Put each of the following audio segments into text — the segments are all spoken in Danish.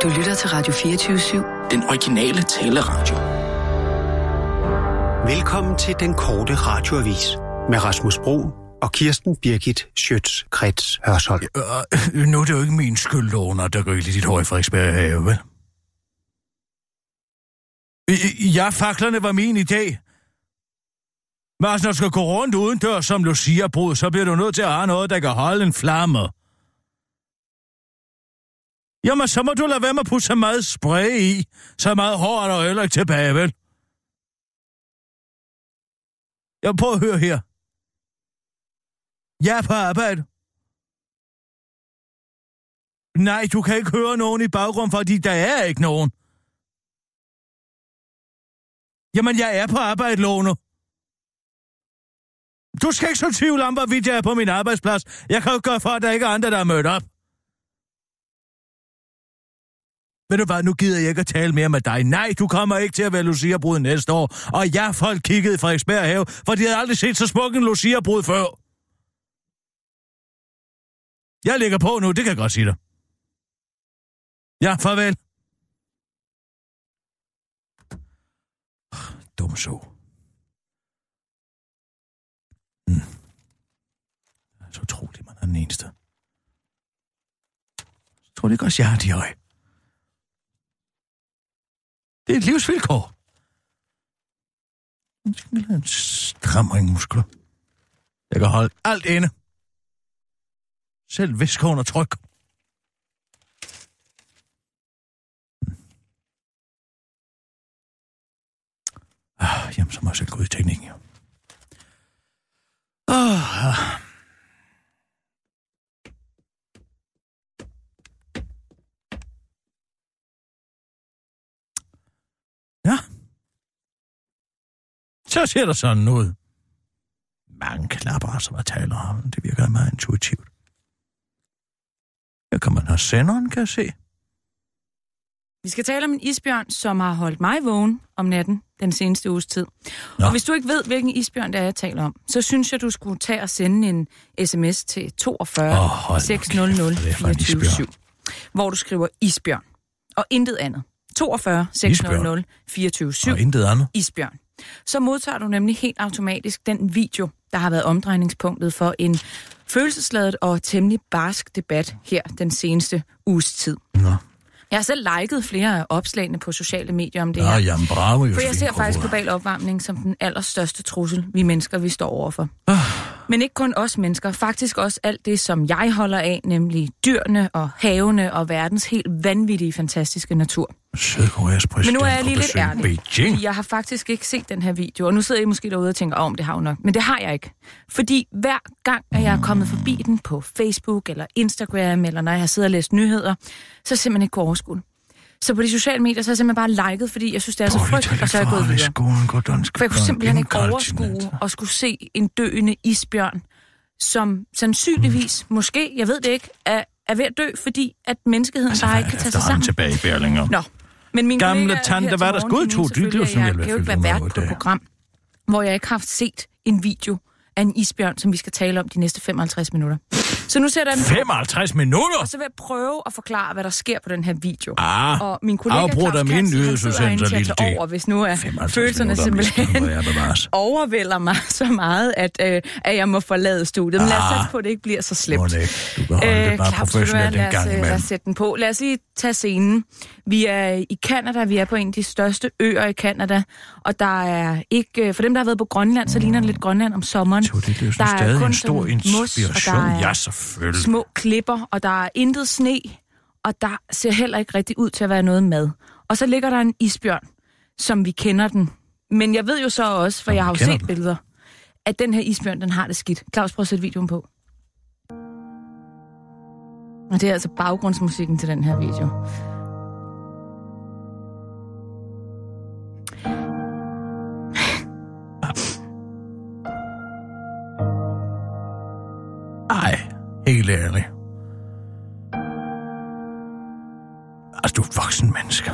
Du lytter til Radio 24/7. Den originale taleradio. Velkommen til den korte radioavis med Rasmus Broen og Kirsten Birgit Schøtz-Krets Hørsholm. Nu er det jo ikke min skyld, Låner, der går i dit hår i Frederiksberg have, vel? Ja, faklerne var min idé. Men altså, når du skal gå rundt udendør som Lucia-brud, så bliver du nødt til at have noget, der kan holde en flamme. Jamen, så må du lade være med at putte så meget spray i. Så meget hår er der heller ikke tilbage, vel? Jeg prøver at høre her. Jeg er på arbejde. Nej, du kan ikke høre nogen i baggrunden, fordi der er ikke nogen. Jamen, jeg er på arbejde, Lone. Du skal ikke så tvivl om, hvorvidt jeg er på min arbejdsplads. Jeg kan jo gøre for, at der ikke er andre, der er mødt op. Ved du hvad, nu gider jeg ikke at tale mere med dig. Nej, du kommer ikke til at være Lucia-brud næste år. Og ja, folk kiggede i Frederiksberg have, for de havde aldrig set så smuk en Lucia-brud før. Jeg ligger på nu, det kan jeg godt sige dig. Ja, farvel. Dum så. Det er så utroligt, man er den eneste. Jeg tror det ikke også, jeg har de øje. Det er et livsvilkår. En stramring muskler. Jeg kan holde alt inde. Selv væske under tryk. Jamen, så må jeg selv gå ud i teknikken, jo. Ja. Så ser der sådan ud. Mange knapper, som jeg taler om. Det virker meget intuitivt. Her kan man have senderen, kan jeg se. Vi skal tale om en isbjørn, som har holdt mig vågen om natten den seneste uges tid. Nå. Og hvis du ikke ved, hvilken isbjørn det er, jeg taler om, så synes jeg, du skulle tage og sende en sms til 42 600 24 hvor du skriver isbjørn. Og intet andet. 42 600 24 og intet andet. Isbjørn. Så modtager du nemlig helt automatisk den video, der har været omdrejningspunktet for en følelsesladet og temmelig barsk debat her den seneste uges tid. Nå. Jeg har selv liket flere af opslagene på sociale medier om det her. Jamen, bravo, for jeg ser faktisk global opvarmning som den allerstørste trussel, vi mennesker vi står overfor. Men ikke kun os mennesker, faktisk også alt det, som jeg holder af, nemlig dyrene og havene og verdens helt vanvittige, fantastiske natur. Sydkoreas præsident. Men nu er jeg lige lidt ærlig. Beijing. Jeg har faktisk ikke set den her video, og nu sidder I måske derude og tænker, om det har jo nok. Men det har jeg ikke. Fordi hver gang, at jeg er kommet forbi den på Facebook eller Instagram, eller når jeg har siddet og læst nyheder, så er jeg simpelthen ikke kunne overskue. Så på de sociale medier, så har jeg simpelthen bare liket, fordi jeg synes, det er så frygteligt, og så er jeg gået videre. For jeg kunne simpelthen ikke overskue at skulle se en døende isbjørn, som sandsynligvis, måske, jeg ved det ikke, er ved at dø, fordi at menneskeheden bare ikke kan tage sig sammen. Tilbage i Berlinger. Nå. Men min gamle tante, hvad der skulle to dyr, som jeg kan jo ikke være vært på et program, hvor jeg ikke har set en video af en isbjørn, som vi skal tale om de næste 55 minutter. Så nu ser der 55 minutter? Og så vil jeg prøve at forklare, hvad der sker på den her video. Og min kollega Claus Kansen, han sidder over, hvis nu er følelserne simpelthen overvælder mig så meget, at jeg må forlade studiet. Men lad os satse på, at det ikke bliver så slemt. Du kan holde det bare professionelt en gang imellem. Lad os sætte den på. Lad os lige tage scenen. Vi er i Canada, vi er på en af de største øer i Canada, og der er ikke, for dem, der har været på Grønland, så ligner det lidt Grønland om sommeren. Der er kun en stor inspiration, ja, selvfølgelig. Små klipper, og der er intet sne, og der ser heller ikke rigtig ud til at være noget mad. Og så ligger der en isbjørn, som vi kender den. Men jeg ved jo så også, for jeg har jo set billeder, at den her isbjørn, den har det skidt. Claus, prøv at sætte videoen på. Og det er altså baggrundsmusikken til den her video. Ej, helt ærligt. Altså, du er voksen menneske.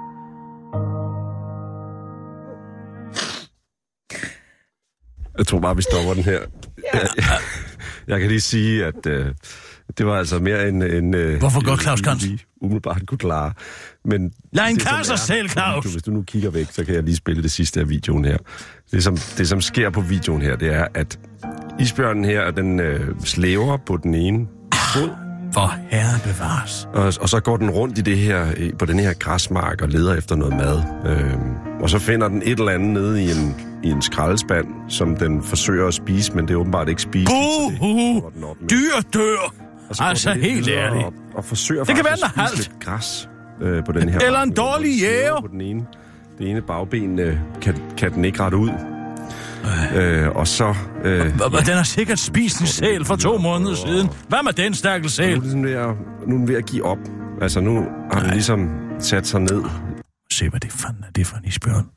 Jeg tror bare, vi stopper den her. Jeg kan lige sige, at det var altså mere en hvorfor går Claus Kansen? umiddelbart kunne klare. Men lad en klare sig selv, Claus. Hvis du nu kigger væk, så kan jeg lige spille det sidste af videoen her. Det, som sker på videoen her, det er, at isbjørnen her, den slæver på den ene fod. For herre bevares. Og så går den rundt på den her græsmark og leder efter noget mad. Og så finder den et eller andet nede i en skraldespand, som den forsøger at spise, men det er åbenbart ikke spist. Dyr dør! Altså helt ærligt. Og forsøger det faktisk kan være at spise lidt græs på den her. Eller en dårlig jæger. På det ene bagben kan den ikke rette ud. Og så... Den har sikkert spist en sæl for 2 måneder siden. Hvad med den stakkels sæl? Nu er den ved at give op. Altså, nu har den ligesom sat sig ned. Se, hvad det fanden er det for en isbjørn.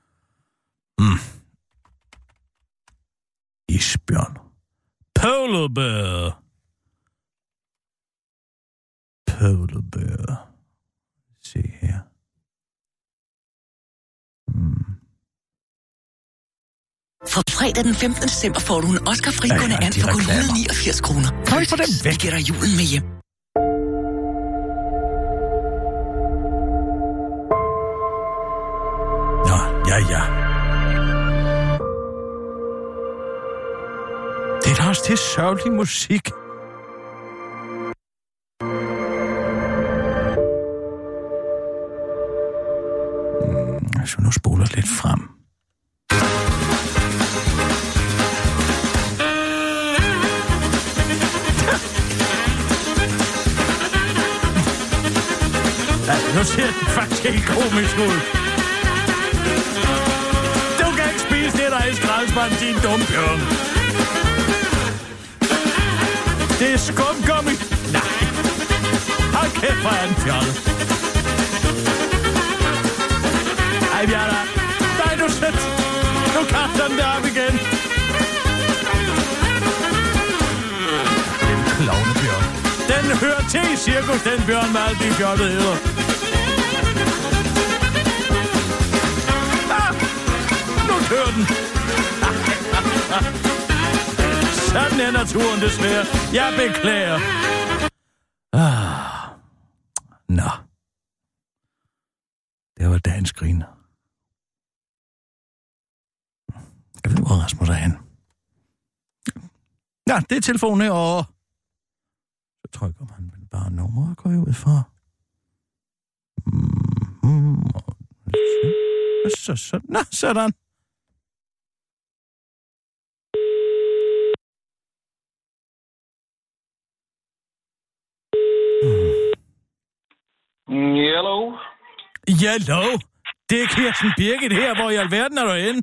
Isbjørn. Polar bear. Se her. For fredag den 15. december får du en Oscar-fri and for kun 189 kroner. Kan vi få dem væk? Vi giver dig julen med hjem. Nå, ja. Det er da også til sørgelig musik. Så nu spoler lidt frem. Nu ser det faktisk helt komisk ud. Du kan ikke spise det, der er i skraldespanden, din dumme bjørn. Det er skumgummi. Nej. Hold kæft, hvor er den fjollet. Ej, Bjarne. Nej, nu sæt. Nu kaster den der op igen. Den klovnebjørn. Den hører til i cirkus, den bjørn med alle de fjolletheder. Hør den. Sådan er naturen desværre. Jeg beklager. Nå. Det var dagens griner. Jeg ved, hvor Rasmus er hen. Ja, det er telefonen herovre. Så trykker man vel bare nummeret, går jeg ud fra. Sådan. Hello. Hallo. Det er Kirsten Birgit her, hvor i alverden er du henne?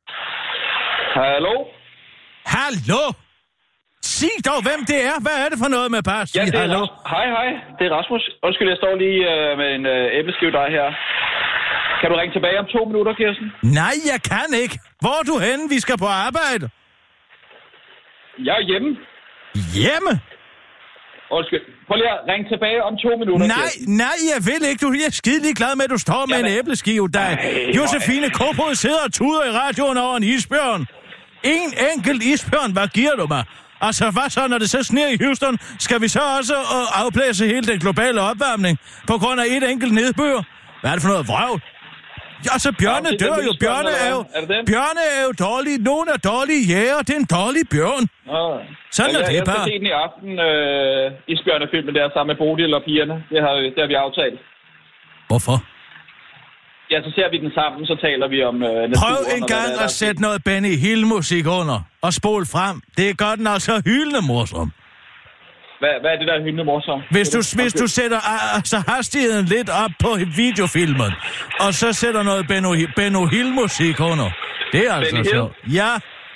Hallo. Sig dog, hvem det er. Hvad er det for noget med bare? Ja, det er hallo. Hej. Det er Rasmus. Undskyld, jeg står lige med en æbleskivdej her. Kan du ringe tilbage om 2 minutter, Kirsten? Nej, jeg kan ikke. Hvor er du henne? Vi skal på arbejde. Jeg er hjemme. Hjemme? Undskyld. Prøv lige at ringe tilbage om 2 minutter, Kirsten. Nej, jeg vil ikke. Du er skide ligeglad med, at du står med en æbleskive. Josefine Kofod sidder og tuder i radioen over en isbjørn. En enkelt isbjørn, hvad giver du mig? Altså, hvad så, når det så sner i Houston? Skal vi så også afblæse hele den globale opvarmning på grund af et enkelt nedbør? Hvad er det for noget vrøvl? Altså, bjørne dør jo. Bjørne er jo dårlige. Nogle er dårlige jæger. Det er en dårlig bjørn. Sådan er det bare. Jeg skal se den i aften, isbjørnefilmen der sammen med Bodil og pigerne. Det har vi aftalt. Hvorfor? Ja, så ser vi den sammen, så taler vi om naturen. Prøv en gang at sætte noget Benny Hill-musik under og spol frem. Det gør den altså hyldende morsom. Hvad er det der hyldende morsom? Hvis du sætter hastigheden lidt op på videofilmen, og så sætter noget Benny Hill-musik under. Det er altså sjovt. Ja.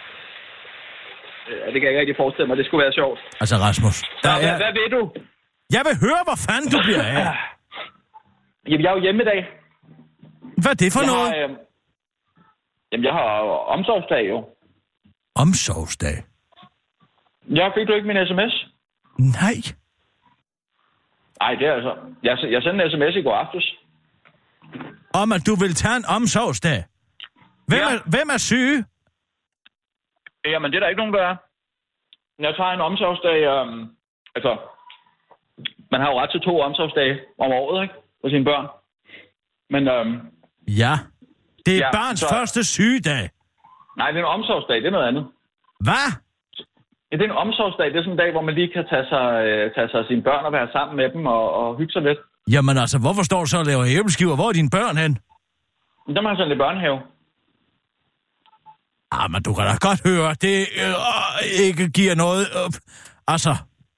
Det kan jeg ikke rigtig forestille mig. Det skulle være sjovt. Altså, Rasmus. Hvad ved du? Jeg vil høre, hvor fanden du bliver af. Jamen, jeg er jo hjemme i dag. Hvad er det for noget? Jamen, jeg har omsorgsdag jo. Omsorgsdag? Ja, fik du ikke min sms? Nej. Nej, det er altså... Jeg sendte en sms i går aftes. Om at du vil tage en omsorgsdag? Hvem er syge? Jamen, det er der ikke nogen, der er. Jeg tager en omsorgsdag... man har jo ret til 2 omsorgsdage om året, ikke? For sine børn. Men, Ja. Det er barns første sygedag. Nej, det er en omsorgsdag. Det er noget andet. Hvad? Ja, det er en omsorgsdag. Det er sådan en dag, hvor man lige kan tage sig af sine børn og være sammen med dem og hygge sig lidt. Jamen altså, hvorfor står du så og laver æbleskiver? Hvor er dine børn hen? Dem har sådan en børnehave. Men du kan da godt høre, det ikke giver noget... altså...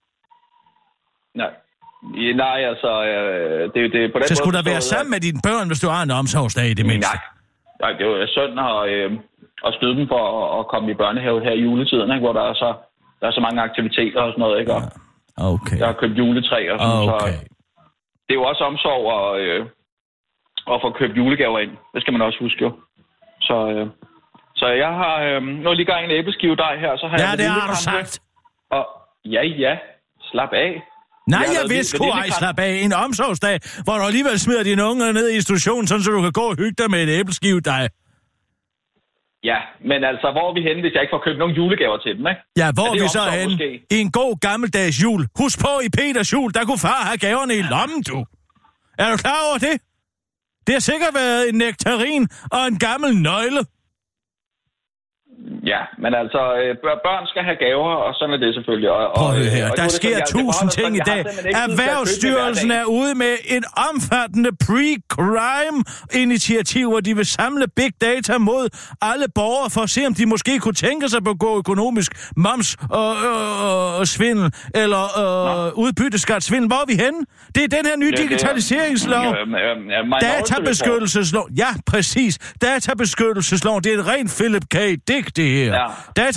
Nej, altså... det er på den så skulle måde, der være sammen med dine børn, hvis du har en omsorgsdag i det mindste? Nej, det er jo synd at skyde dem for at komme i børnehave her i juletiden, ikke? Hvor der er så mange aktiviteter og sådan noget, ikke? Og okay. Jeg har købt juletræ og sådan okay. Så det er jo også omsorg at få købt julegaver ind. Det skal man også huske jo. Så jeg har nu lige gang en æbleskivedej her, så har jeg... Ja, det har du sagt. Og ja, slap af. Nej, jeg vidste sgu ej slap af. En omsorgsdag, hvor du alligevel smider dine unger ned i institutionen, sådan så du kan gå og hygge dig med et æbleskivedej. Ja, men altså, hvor er vi henne, hvis jeg ikke får købt nogle julegaver til dem, ikke? Ja, hvor er vi så henne? I en god gammeldags jul. Husk på, i Peters jul, der kunne far have gaverne i lommen, du. Er du klar over det? Det har sikkert været en nektarin og en gammel nøgle. Ja, men altså, børn skal have gaver, og sådan er det selvfølgelig. Prøv at høre her, der sker 1000 ting i dag. Erhvervsstyrelsen er ude med en omfattende pre-crime-initiativ, hvor de vil samle big data mod alle borgere for at se, om de måske kunne tænke sig at begå økonomisk moms og svindel, eller udbytteskatsvindel. Hvor er vi henne? Det er den her nye digitaliseringslov. Databeskyttelseslov. Ja, præcis. Databeskyttelsesloven. Det er et rent Philip K. Dick, det her. Ja.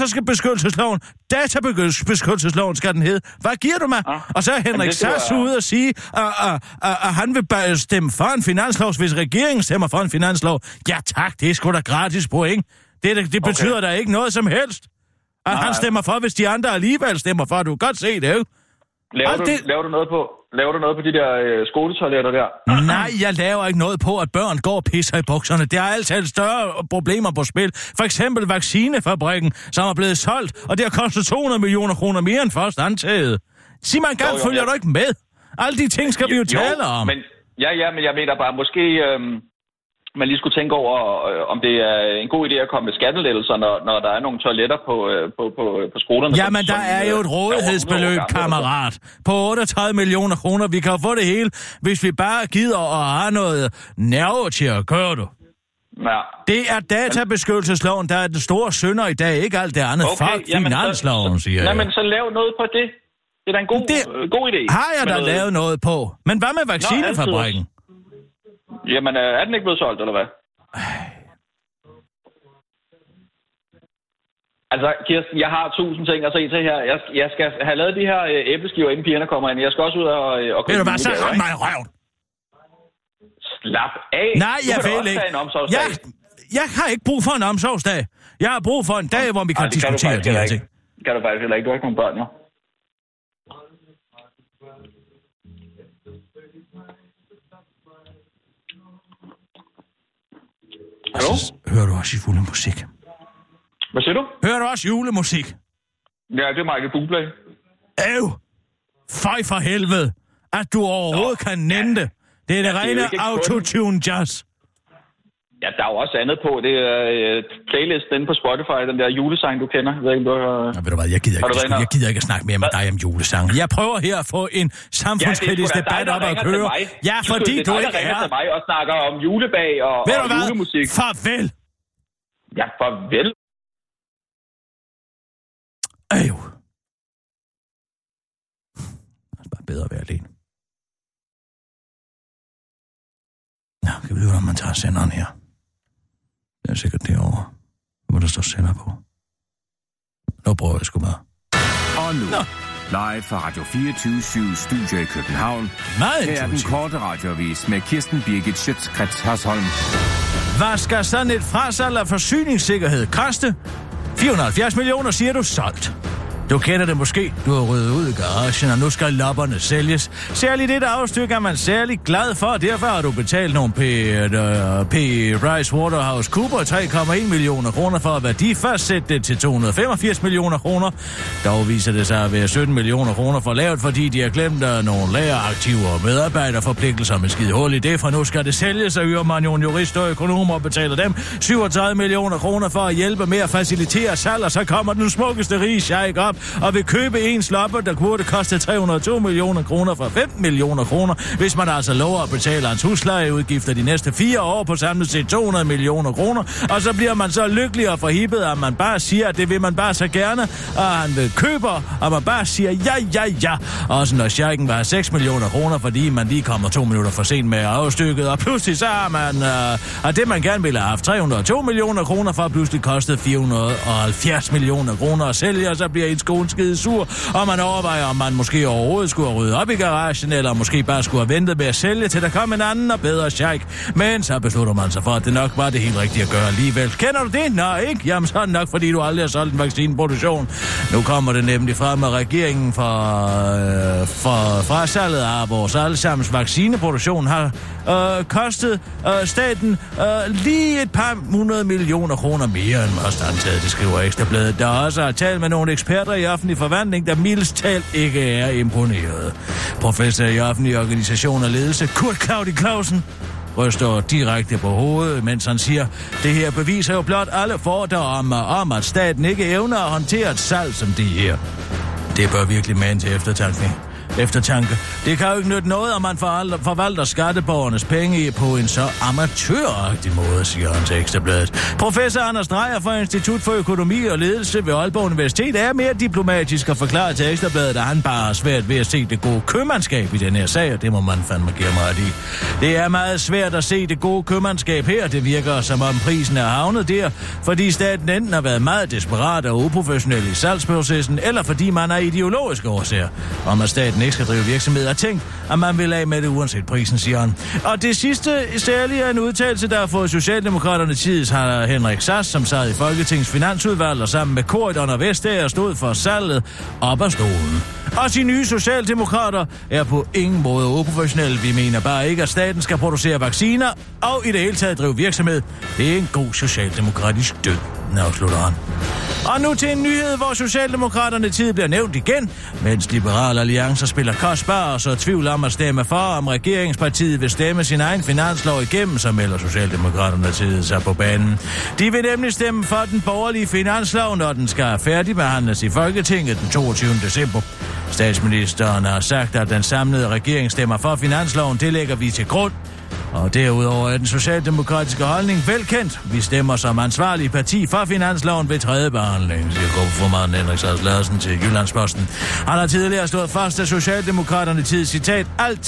Databeskyttelsesloven skal den hedde. Hvad giver du mig? Og så er Henrik Sass ude og sige, at han vil stemme for en finanslov, hvis regeringen stemmer for en finanslov. Ja tak, det er sgu da gratis point. Det betyder da ikke noget som helst. At han stemmer for, hvis de andre alligevel stemmer for. Du kan godt se det, jo. Laver du noget på de der skoletoiletter der? Nej, jeg laver ikke noget på, at børn går og pisser i bukserne. Det er altid større problemer på spil. For eksempel vaccinefabrikken, som er blevet solgt, og det har kostet 200 millioner kroner mere end først antaget. Sig mig engang, følger du ikke med? Alle de ting skal vi jo tale om. Men jeg mener bare, måske man lige skulle tænke over, om det er en god idé at komme med skattelettelser, når der er nogle toiletter på skolerne. Jamen, der er jo et rådighedsbeløb, kammerat, på 38 millioner kroner. Vi kan få det hele, hvis vi bare gider at have noget nerve til at gøre det. Ja. Det er databeskyttelsesloven, der er den store synder i dag, ikke alt det andet. Fuck finansloven, siger jeg. Nej, men så lav noget på det. Det er da en god idé. Har jeg da lavet noget på. Men hvad med vaccinefabrikken? Jamen, er den ikke blevet solgt, eller hvad? Altså, Kirsten, jeg har 1000 ting at se til her. Jeg skal have lavet de her æbleskiver, inden pigerne kommer ind. Jeg skal også ud og købe. Ved du hvad, så rend mig i røven. Slap af. Nej, jeg vil ikke. Jeg har ikke brug for en omsorgsdag. Jeg har brug for en dag, hvor vi kan diskutere de her ting. Kan du faktisk heller ikke. Du har ikke nogen børn, jo. Altså, hører du også julemusik? Hvad siger du? Hører du også julemusik? Ja, det er Michael Bublé. Føj for helvede, at du overhovedet kan nænde det. Det er det rene autotune jazz. Ja, der er jo også andet på. Det er playlist inde på Spotify, den der julesang, du kender. Jeg ved ikke, ved du hvad, jeg gider ikke at snakke mere med dig om julesang. Jeg prøver her at få en samfundskritisk debat op at køre. Ja, fordi du ikke er til mig og snakker om julebag og julemusik. Farvel. Ja, farvel. Det er bare bedre at være alene. Nå, kan vi vide, om man tager senderen her? Det er sikkert derovre, hvor der står sender på. Nu prøver jeg sgu meget. Og nu, live fra Radio 24/7 Studio i København. Her er den korte radioavis med Kirsten Birgit Schøtz-Krets Hørsholm. Hvad skal sådan et frasalg af forsyningssikkerhed koste? 470 millioner, siger du, solgt. Du kender det måske. Du har ryddet ud i garagen, og nu skal lopperne sælges. Særligt det afstykke er man særlig glad for. Derfor har du betalt nogle PricewaterhouseCoopers 3,1 millioner kroner for at værdifastsætte det til 285 millioner kroner. Dog viser det sig at være 17 millioner kroner for lavt, fordi de har glemt nogle lageraktiver og medarbejderforpligtelser med skide hul i det. For nu skal det sælges, og hyrer man jo en jurist og økonomer og betaler dem 37 millioner kroner for at hjælpe med at facilitere salg, og så kommer den smukkeste rige sheik op og vil købe en slopper, der burde koste 302 millioner kroner for 15 millioner kroner, hvis man altså lover at betale hans huslejeudgifter de næste 4 år på samlet set 200 millioner kroner, og så bliver man så lykkelig og forhippet, at man bare siger, at det vil man bare så gerne, og han vil køber, og man bare siger ja. Også når sheiken var 6 millioner kroner, fordi man lige kommer 2 minutter for sent med afstykket, og pludselig så har man, at det man gerne ville have haft 302 millioner kroner for, pludselig kostede 470 millioner kroner at sælge, og så bliver en skole skide sur, og man overvejer, om man måske overhovedet skulle have ryddet op i garagen, eller måske bare skulle have ventet med at sælge, til der kom en anden og bedre sheik. Men så beslutter man sig for, at det nok var det helt rigtige at gøre alligevel. Kender du det? Nej, ikke? Jamen så er det nok, fordi du aldrig har solgt en vaccineproduktion. Nu kommer det nemlig frem, at regeringen fra salget af vores allesammens vaccineproduktion har kostet staten lige et par 100 millioner kroner mere end først antaget, det skriver Ekstrabladet. Der også har talt med nogle eksperter i offentlig forvaltning, der mildest talt ikke er imponeret. Professor i offentlig organisation og ledelse, Kurt Claudi Clausen, ryster direkte på hovedet, mens han siger, det her beviser jo blot alle fordomme om, at staten ikke evner at håndtere et salg som det her. Det bør virkelig mane til eftertanke. Det kan jo ikke nytte noget, at man forvalter skatteborgernes penge på en så amatøragtig måde, siger han til Ekstrabladet. Professor Anders Dreyer fra Institut for Økonomi og Ledelse ved Aalborg Universitet er mere diplomatisk og forklaret til Ekstrabladet, at han bare er svært ved at se det gode købmandskab i den her sag, og det må man fandme give mig ret i. Det er meget svært at se det gode købmandskab her. Det virker som om prisen er havnet der, fordi staten enten har været meget desperat og uprofessionel i salgsprocessen, eller fordi man er ideologiske årsager om, at staten ikke skal drive virksomhed, og tænkt, at man vil af med det uanset prisen, siger han. Og det sidste særligt er en udtalelse, der har fået Socialdemokraterne tids har Henrik Sass, som sad i Folketingets finansudvalg og sammen med Corydon og Vestager stod for salget op af stolen. Og de nye socialdemokrater er på ingen måde uprofessionelle. Vi mener bare ikke, at staten skal producere vacciner og i det hele taget drive virksomhed. Det er en god socialdemokratisk død, afslutter han. Og nu til en nyhed, hvor Socialdemokraterne tid bliver nævnt igen, mens Liberale Alliancer spiller kostbar og så tvivl om at stemme for, om regeringspartiet vil stemme sin egen finanslov igennem, så melder Socialdemokraterne tid sig på banen. De vil nemlig stemme for den borgerlige finanslov, når den skal færdigbehandles i Folketinget den 22. december. Statsministeren har sagt, at den samlede regering stemmer for finansloven. Det lægger vi til grund. Og derudover er den socialdemokratiske holdning velkendt. Vi stemmer som ansvarlige parti for finansloven ved tredje behandling, siger gruppeformanden Henrik Sass Larsen til Jyllandsposten. Han har tidligere stået fast, at Socialdemokraterne tid, citat,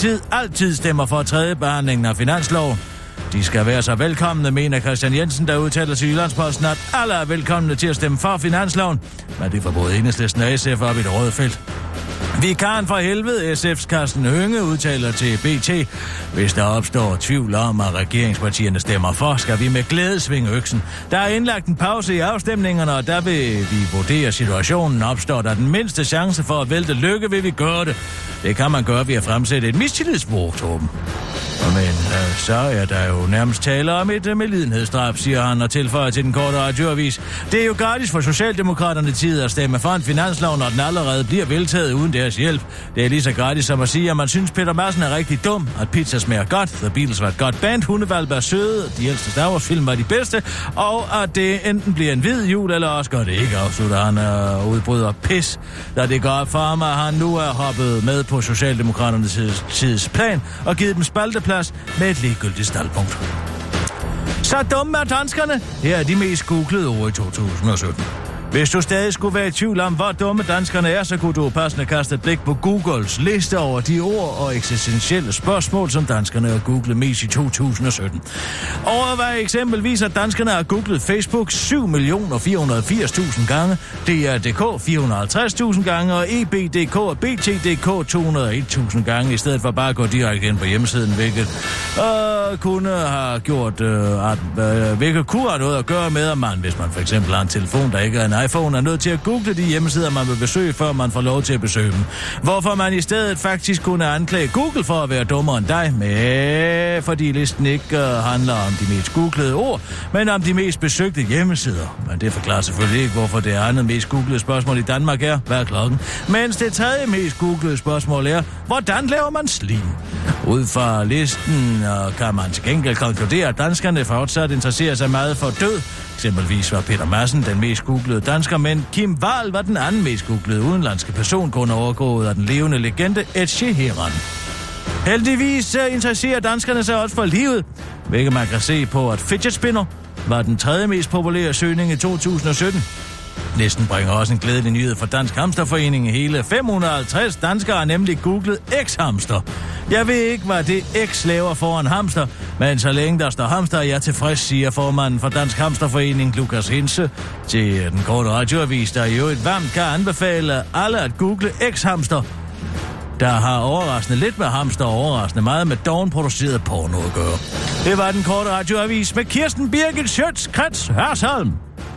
altid stemmer for tredje behandlingen af finansloven. De skal være så velkomne, mener Christian Jensen, der udtaler til Jyllandsposten, at alle er velkomne til at stemme for finansloven. Men det får både Enhedslisten og SF op i det røde felt. Vikaren fra helvede, SF's Carsten Hønge, udtaler til BT, hvis der opstår tvivl om, at regeringspartierne stemmer for, skal vi med glæde svinge øksen. Der er indlagt en pause i afstemningerne, og der vil vi vurdere situationen. Opstår der den mindste chance for at vælte Lykke, vil vi gøre det. Det kan man gøre ved at fremsætte et mistillidsvotum. Men så er der jo nærmest tale om et medlidenhedsdrab, siger han og tilføjer til den korte radioavis. Det er jo gratis for Socialdemokraterne tid at stemme for en finanslov, når den allerede bliver vedtaget uden deres hjælp. Det er lige så gratis som at sige, at man synes, Peter Madsen er rigtig dum, at pizza smager godt, The Beatles var et godt band, Hundevalpe er søde, de ældste Star Wars-film var de bedste, og at det enten bliver en hvid jul, eller også gør det ikke, afslutter han og udbryder pis, da det går op for ham, at han nu er hoppet med på Socialdemokraternes tidsplan og givet dem spalteplads med et ligegyldigt standpunkt. Så dumme er danskerne. Her er de mest googlede ord i 2017. Hvis du stadig skulle være i tvivl om, hvor dumme danskerne er, så kunne du passende kaste et blik på Googles liste over de ord og eksistentielle spørgsmål, som danskerne har googlet mest i 2017. Overvej eksempelvis, at danskerne har googlet Facebook 7.480.000 gange, DR.dk 450.000 gange og EB.dk og BT.dk 201.000 gange, i stedet for bare at gå direkte ind på hjemmesiden, hvilket kunne have gjort, hvilket kunne have noget at gøre med, at man, hvis man for eksempel har en telefon, der ikke er en iPhone, er nødt til at google de hjemmesider, man vil besøge, før man får lov til at besøge dem. Hvorfor man i stedet faktisk kunne anklage Google for at være dummere end dig, med, fordi listen ikke handler om de mest googlede ord, men om de mest besøgte hjemmesider. Men det forklarer selvfølgelig ikke, hvorfor det andet mest googlede spørgsmål i Danmark er, hvad er klokken? Mens det tredje mest googlede spørgsmål er, hvordan laver man slim? Ud fra listen kan man til gengæld konkludere, at danskerne fortsat interesserer sig meget for død. Eksempelvis var Peter Madsen den mest googlede dansker, men Kim Wall var den anden mest googlede udenlandske person, kun overgået af den levende legende Ed Sheeran. Heldigvis interesserer danskerne sig også for livet, hvilket man kan se på, at fidget spinner var den tredje mest populære søgning i 2017. Listen bringer også en glædelig nyhed for Dansk Hamsterforening. Hele 550 danskere har nemlig googlet X-hamster. Jeg ved ikke, hvad det X laver foran hamster, men så længe der står hamster, er jeg tilfreds, siger formanden for Dansk Hamsterforening, Lukas Hinse, til den korte radioavis, der i øvrigt varmt kan anbefale alle at google X-hamster, der har overraskende lidt med hamster og overraskende meget med dovenproduceret porno at gøre. Det var den korte radioavis med Kirsten Birgit Schøtz-Krets Hørsholm.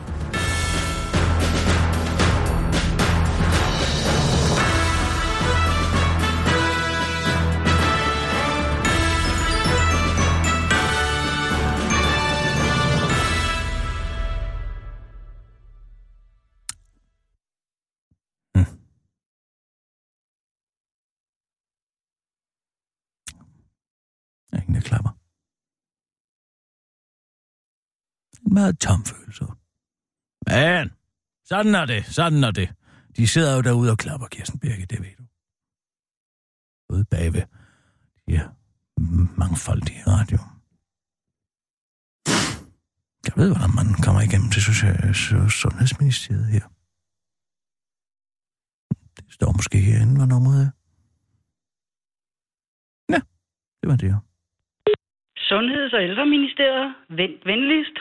Ingen der klapper. En meget tom følelse. Men, sådan er det. De sidder jo derude og klapper, Kirsten Birgit, det ved du. Ude bagved. Ja, mangfoldige radio. Jeg ved, hvordan man kommer igennem til Sundhedsministeriet her. Det står måske herinde, hvad nummeret er. Ja, det var det jo. Sundheds- og Ældreministeriet. Vent venligst.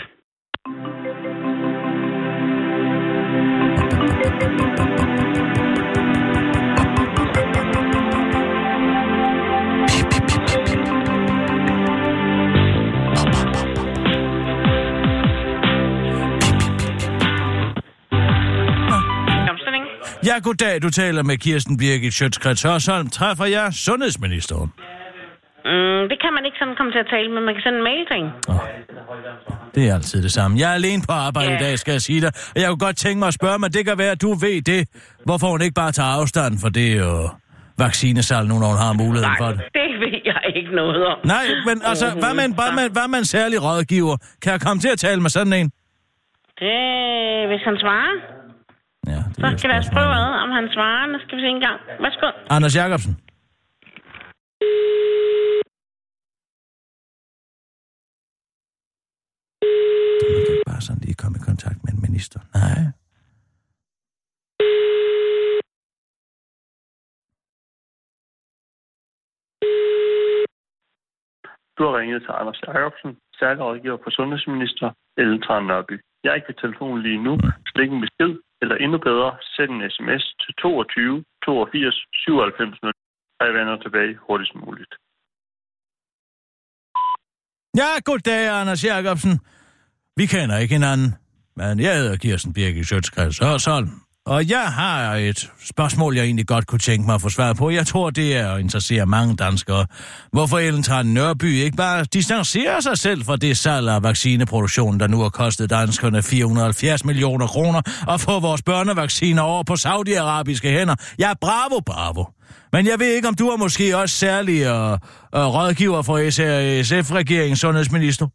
Ja, goddag. Du taler med Kirsten Birgit Schøtz-Krets Hørsholm. Træffer jeg sundhedsministeren? Det kan man ikke sådan komme til at tale, men man kan sende en mail til hende. Det er altid det samme. Jeg er alene på arbejde i dag, skal jeg sige dig. Og jeg kunne godt tænke mig at spørge, men det kan være, at du ved det. Hvorfor hun ikke bare tager afstand for det og vaccinesalg, nu når hun har muligheden for det? Nej, det ved jeg ikke noget om. Nej, men altså, hvad med en særlig rådgiver? Kan jeg komme til at tale med sådan en? Det, hvis han svarer. Ja, så skal jeg prøve om han svarer. Nu skal vi se en gang. Værsgo. Anders Jacobsen. Du kan ikke bare sådan lige komme i kontakt med en minister. Nej. Du har ringet til Anders Jacobsen, særlig rådgiver på sundhedsminister Ellen Trane Nørby. Jeg er ikke ved telefonen lige nu, så læg en besked, eller endnu bedre, send en sms til 22 82 97 0, og jeg vender tilbage hurtigst muligt. Ja, goddag, Anders Jacobsen. Vi kender ikke hinanden, men jeg hedder Kirsten Birgit Schøtz-Krets Hørsholm. Og jeg har et spørgsmål, jeg egentlig godt kunne tænke mig at få svar på. Jeg tror, det er at interessere mange danskere. Hvorfor Ellen Trane Nørby ikke bare distancerer sig selv fra det salg af vaccineproduktionen, der nu har kostet danskerne 470 millioner kroner, og få vores børnevacciner over på saudiarabiske hænder. Ja, bravo. Men jeg ved ikke, om du er måske også særlig rådgiver for SF-regeringens sundhedsminister.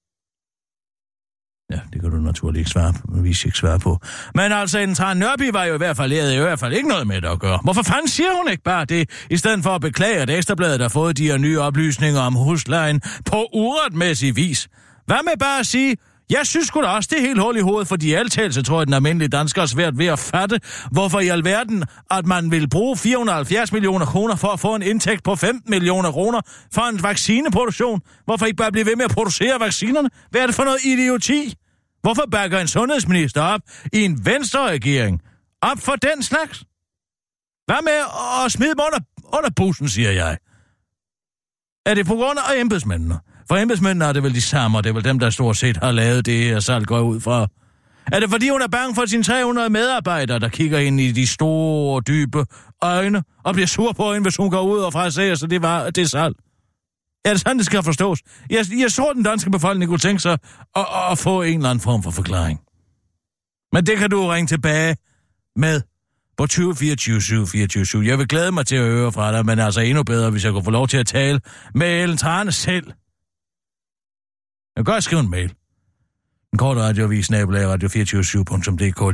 Ja, det kan du naturligvis ikke svare på. Men altså, Ellen Trane Nørby var jo i hvert fald ikke noget med det at gøre. Hvorfor fanden siger hun ikke bare det, i stedet for at beklage, at Ekstrabladet har fået de her nye oplysninger om huslejen på uretmæssig vis? Hvad med bare at sige, jeg synes sgu da også, det er helt hul i hovedet, fordi i altagelse tror jeg, den almindelige dansker er svært ved at fatte, hvorfor i alverden, at man vil bruge 470 millioner kroner for at få en indtægt på 15 millioner kroner for en vaccineproduktion. Hvorfor ikke bare blive ved med at producere vaccinerne? Hvad er det for noget idioti? Hvorfor bakker en sundhedsminister op i en venstreregering op for den slags? Hvad med at smide dem under bussen, siger jeg? Er det på grund af embedsmændene? For embedsmændene er det vel de samme, og det er vel dem, der stort set har lavet det her salg går ud fra. Er det fordi, hun er bange for sine 300 medarbejdere, der kigger ind i de store, dybe øjne, og bliver sur på hende, hvis hun går ud og fraser sig det salg? Er det sådan, det skal forstås? Jeg så den danske befolkning kunne tænke sig at få en eller anden form for forklaring. Men det kan du ringe tilbage med på 20 24 7 24 7. Jeg vil glæde mig til at høre fra dig, men altså endnu bedre, hvis jeg kunne få lov til at tale med Ellen Trane selv. Jeg kan godt skrive en mail. En kort radioavis, @radio247.dk,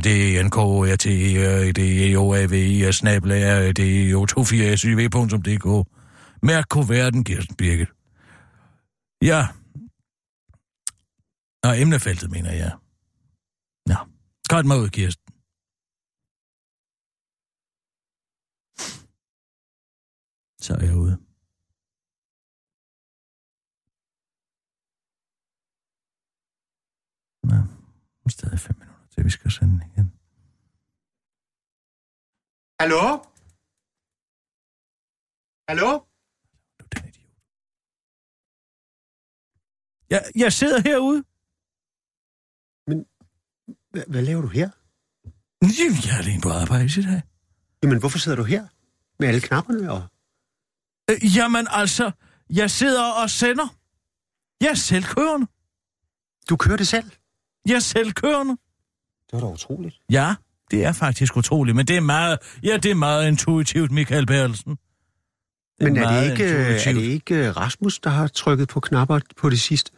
DNKRTIOAVI, Mærk kuverten, Kirsten Birgit. Ja. Og emnefeltet, mener jeg. Nå. Godt mig ud, Kirsten. Så er jeg ude. Nå, stadig 5 minutter til, vi skal sende igen. Hallo? Hallo? Jeg sidder herude. Men, hvad laver du her? Jeg er alene på arbejde i dag. Jamen, hvorfor sidder du her? Med alle knapperne og... Jamen altså, jeg sidder og sender. Jeg er selvkørende. Du kører det selv? Jeg er selvkørende. Det var da utroligt. Ja, det er faktisk utroligt, men det er meget intuitivt, Michael Bertelsen. Men er det ikke Rasmus, der har trykket på knapper på det sidste?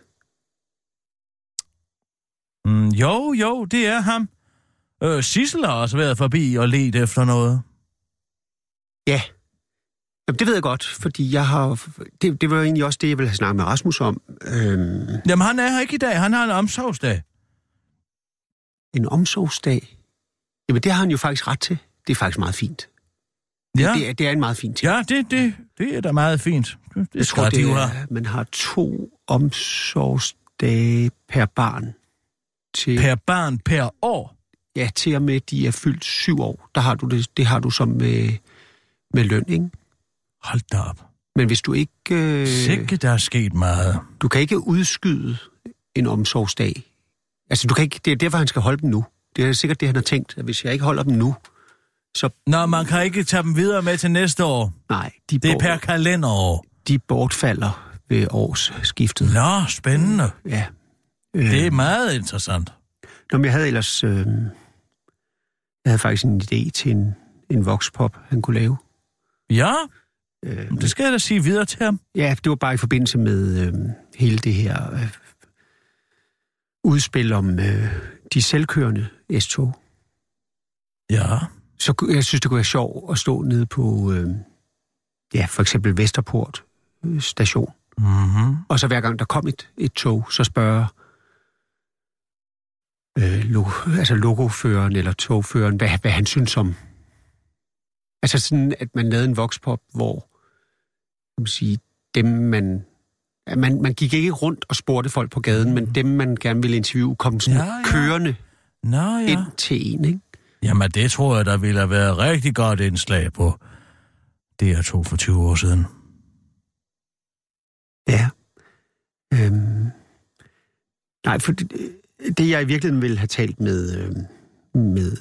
Jo, det er ham. Sissel har også været forbi og ledt efter noget. Ja. Jamen, det ved jeg godt, fordi jeg har... Det var egentlig også det, jeg ville have snakket med Rasmus om. Jamen, han er her ikke i dag. Han har en omsorgsdag. En omsorgsdag? Jamen, det har han jo faktisk ret til. Det er faktisk meget fint. Ja. Det er en meget fin ting. Ja, det er da meget fint. Jeg tror, man har 2 omsorgsdage per barn. Per barn per år? Ja, til og med de er fyldt 7 år. Der har du det har du som med løn, ikke? Hold da op. Men hvis du ikke... Sikke, der er sket meget. Du kan ikke udskyde en omsorgsdag. Altså, du kan ikke... Det er derfor, han skal holde dem nu. Det er sikkert det, han har tænkt, at hvis jeg ikke holder dem nu, så... Nå, man kan ikke tage dem videre med til næste år. Nej. Det er per kalenderår. De bortfalder ved årsskiftet. Nå, spændende. Ja. Det er meget interessant. Nå, men jeg havde ellers... jeg havde faktisk en idé til en vokspop, han kunne lave. Ja? Det skal jeg da sige videre til ham. Ja, det var bare i forbindelse med hele det her udspil om de selvkørende S-tog. Ja. Så jeg synes, det kunne være sjovt at stå nede på, for eksempel Vesterport station. Mm-hmm. Og så hver gang der kom et tog, så spørger logoføreren eller togføreren, hvad han synes om. Altså sådan, at man lavede en vokspop, hvor man sige, man gik ikke rundt og spurgte folk på gaden, men dem, man gerne ville interviewe, kom sådan kørende ind til en, ikke? Jamen, det tror jeg, der ville have været rigtig godt indslag på DR2 for 20 år siden. Ja. Nej, for det jeg i virkeligheden ville have talt med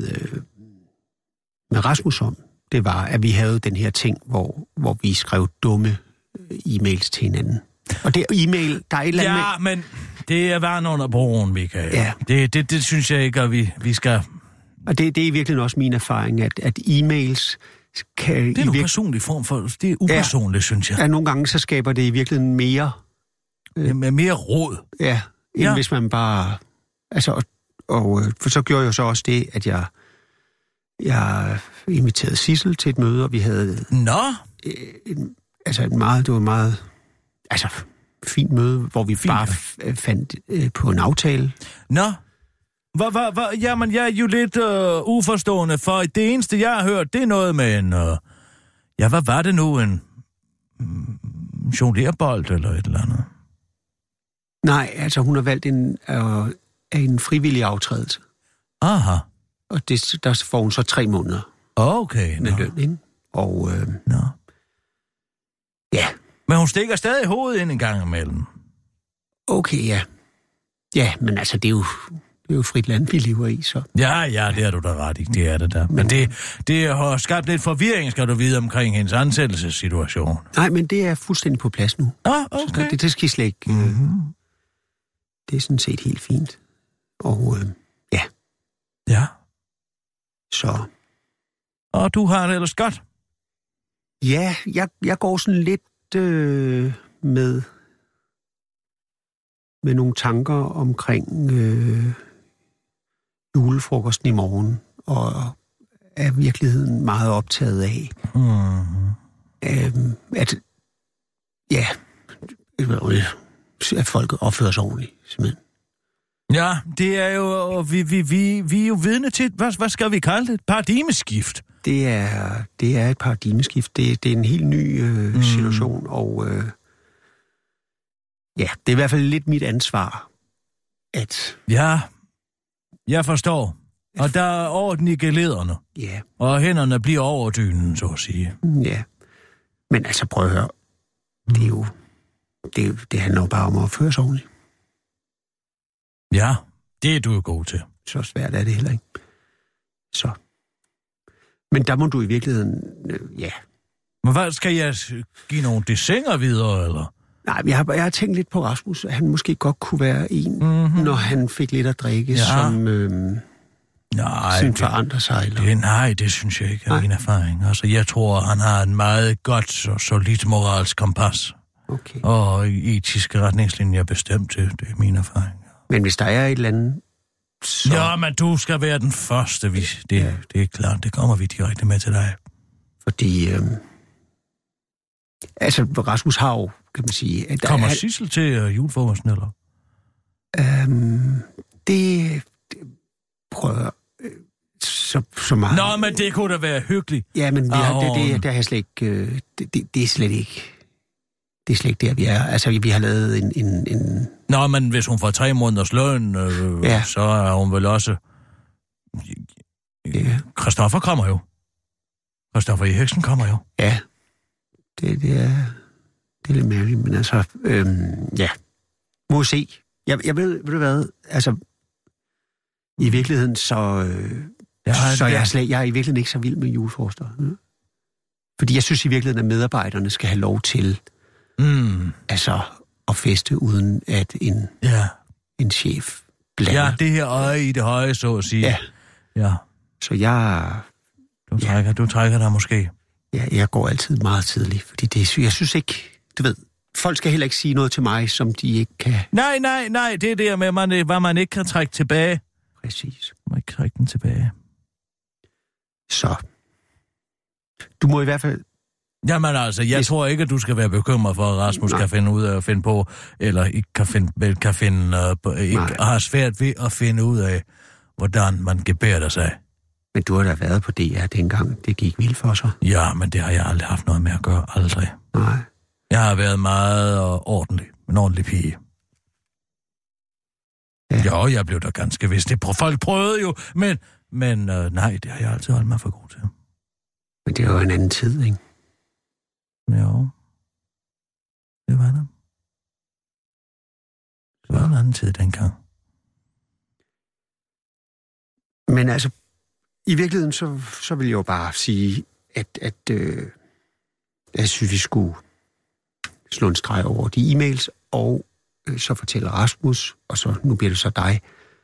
Rasmus om, det var, at vi havde den her ting, hvor vi skrev dumme e-mails til hinanden. Og det e-mail, der er et eller andet... Ja, men det er vand under broen, Michael. Ja. Det synes jeg ikke, at vi skal... Og det er i virkeligheden også min erfaring, at e-mails kan... Det er en personlig form for... Det er upersonligt, synes jeg. Ja, nogle gange så skaber det i virkeligheden mere... Med mere råd. Ja, end hvis man bare... Altså, for så gjorde jeg så også det, at jeg inviterede Sissel til et møde, og vi havde... Nå? Det var et meget fint møde, hvor vi bare fandt på en aftale. Nå? Jamen, jeg er jo lidt uforstående, for det eneste, jeg har hørt, det er noget med en... hvad var det nu? En jonglerbold eller et eller andet? Nej, altså hun har valgt en frivillig aftrædelse. Aha. Og der får hun så 3 måneder. Okay. Med løn, ikke? Og... Nå. Ja, Men hun stikker stadig hovedet ind en gang imellem. Okay, ja. Ja, men altså, det er jo frit land, vi lever i, så... Ja, det er du da ret i. Det er det der. Men det har skabt lidt forvirring, skal du vide, omkring hendes ansættelsessituation. Nej, men det er fuldstændig på plads nu. Okay. Så det skal I slet ikke... Det er sådan set helt fint. Og ja. Ja. Så... Og du har det ellers godt? Ja, jeg går sådan lidt med nogle tanker omkring julefrokosten i morgen, og er virkeligheden meget optaget af, at folk opfører sig ordentligt, simpelthen. Ja, det er jo, vi er jo vidne til, hvad skal vi kalde det? Et paradigmeskift. Det er et paradigmeskift. Det er en helt ny situation, og det er i hvert fald lidt mit ansvar, at... Ja, jeg forstår. Og der er orden i gelederne. Ja. Og hænderne bliver over dynen, så at sige. Ja. Men altså, prøv at høre. Det handler jo bare om at føre sig ordentligt. Ja, det er du jo god til. Så svært er det heller ikke. Så. Men der må du i virkeligheden, Men hvad, skal jeg give nogle dessinger videre, eller? Nej, jeg har tænkt lidt på Rasmus, at han måske godt kunne være en, når han fik lidt at drikke, som forandrer sig. Eller? Det synes jeg ikke er en erfaring. Altså, jeg tror, han har en meget godt og solidt moralsk kompas. Okay. Og etiske retningslinjer bestemt til. Det er min erfaring. Men hvis der er et eller andet... Så... Ja, men du skal være den første. Det er klart, det kommer vi direkte med til dig. Fordi... altså, Rasmus har jo, kan man sige... At kommer Sissel til julefrokosten, eller? Det prøver så meget... Nå, men det kunne da være hyggeligt. Ja, men det er slet ikke... Det er slet ikke... Det er slet ikke der, vi er. Altså, vi har lavet en... Nå, men hvis hun får 3 måneders løn, så er hun vel også... Christoffer kommer jo. Christoffer Eriksen kommer jo. Ja, det er lidt mærkeligt, men altså... Må se. Jeg ved du hvad? Altså, i virkeligheden, jeg er i virkeligheden ikke så vild med julefrokoster. Fordi jeg synes i virkeligheden, at medarbejderne skal have lov til... Altså, at feste uden at en chef blander. Ja, det her øje i det høje, så at sige. Ja. Så jeg... Du trækker dig måske. Ja, jeg går altid meget tidligt, fordi jeg synes ikke... Du ved, folk skal heller ikke sige noget til mig, som de ikke kan... Nej, det er det med, hvad man ikke kan trække tilbage. Præcis. Man ikke trække den tilbage. Så... Du må i hvert fald... Jamen altså, jeg tror ikke, at du skal være bekymret for, at Rasmus kan finde ud af at finde på, eller ikke har svært ved at finde ud af, hvordan man gebærder sig. Men du har da været på DR dengang, det gik vildt for sig. Ja, men det har jeg aldrig haft noget med at gøre, aldrig. Nej. Jeg har været meget en ordentlig pige. Ja. Jo, jeg blev da ganske vist. Folk prøvede jo, men nej, det har jeg altid holdt mig for god til. Men det var jo en anden tid, ikke? Jo. Det var det. Det var en anden tid dengang. Men altså, i virkeligheden, så vil jeg jo bare sige, at jeg synes, vi skulle slå en streg over de e-mails, og så fortæller Rasmus, og så nu bliver det så dig,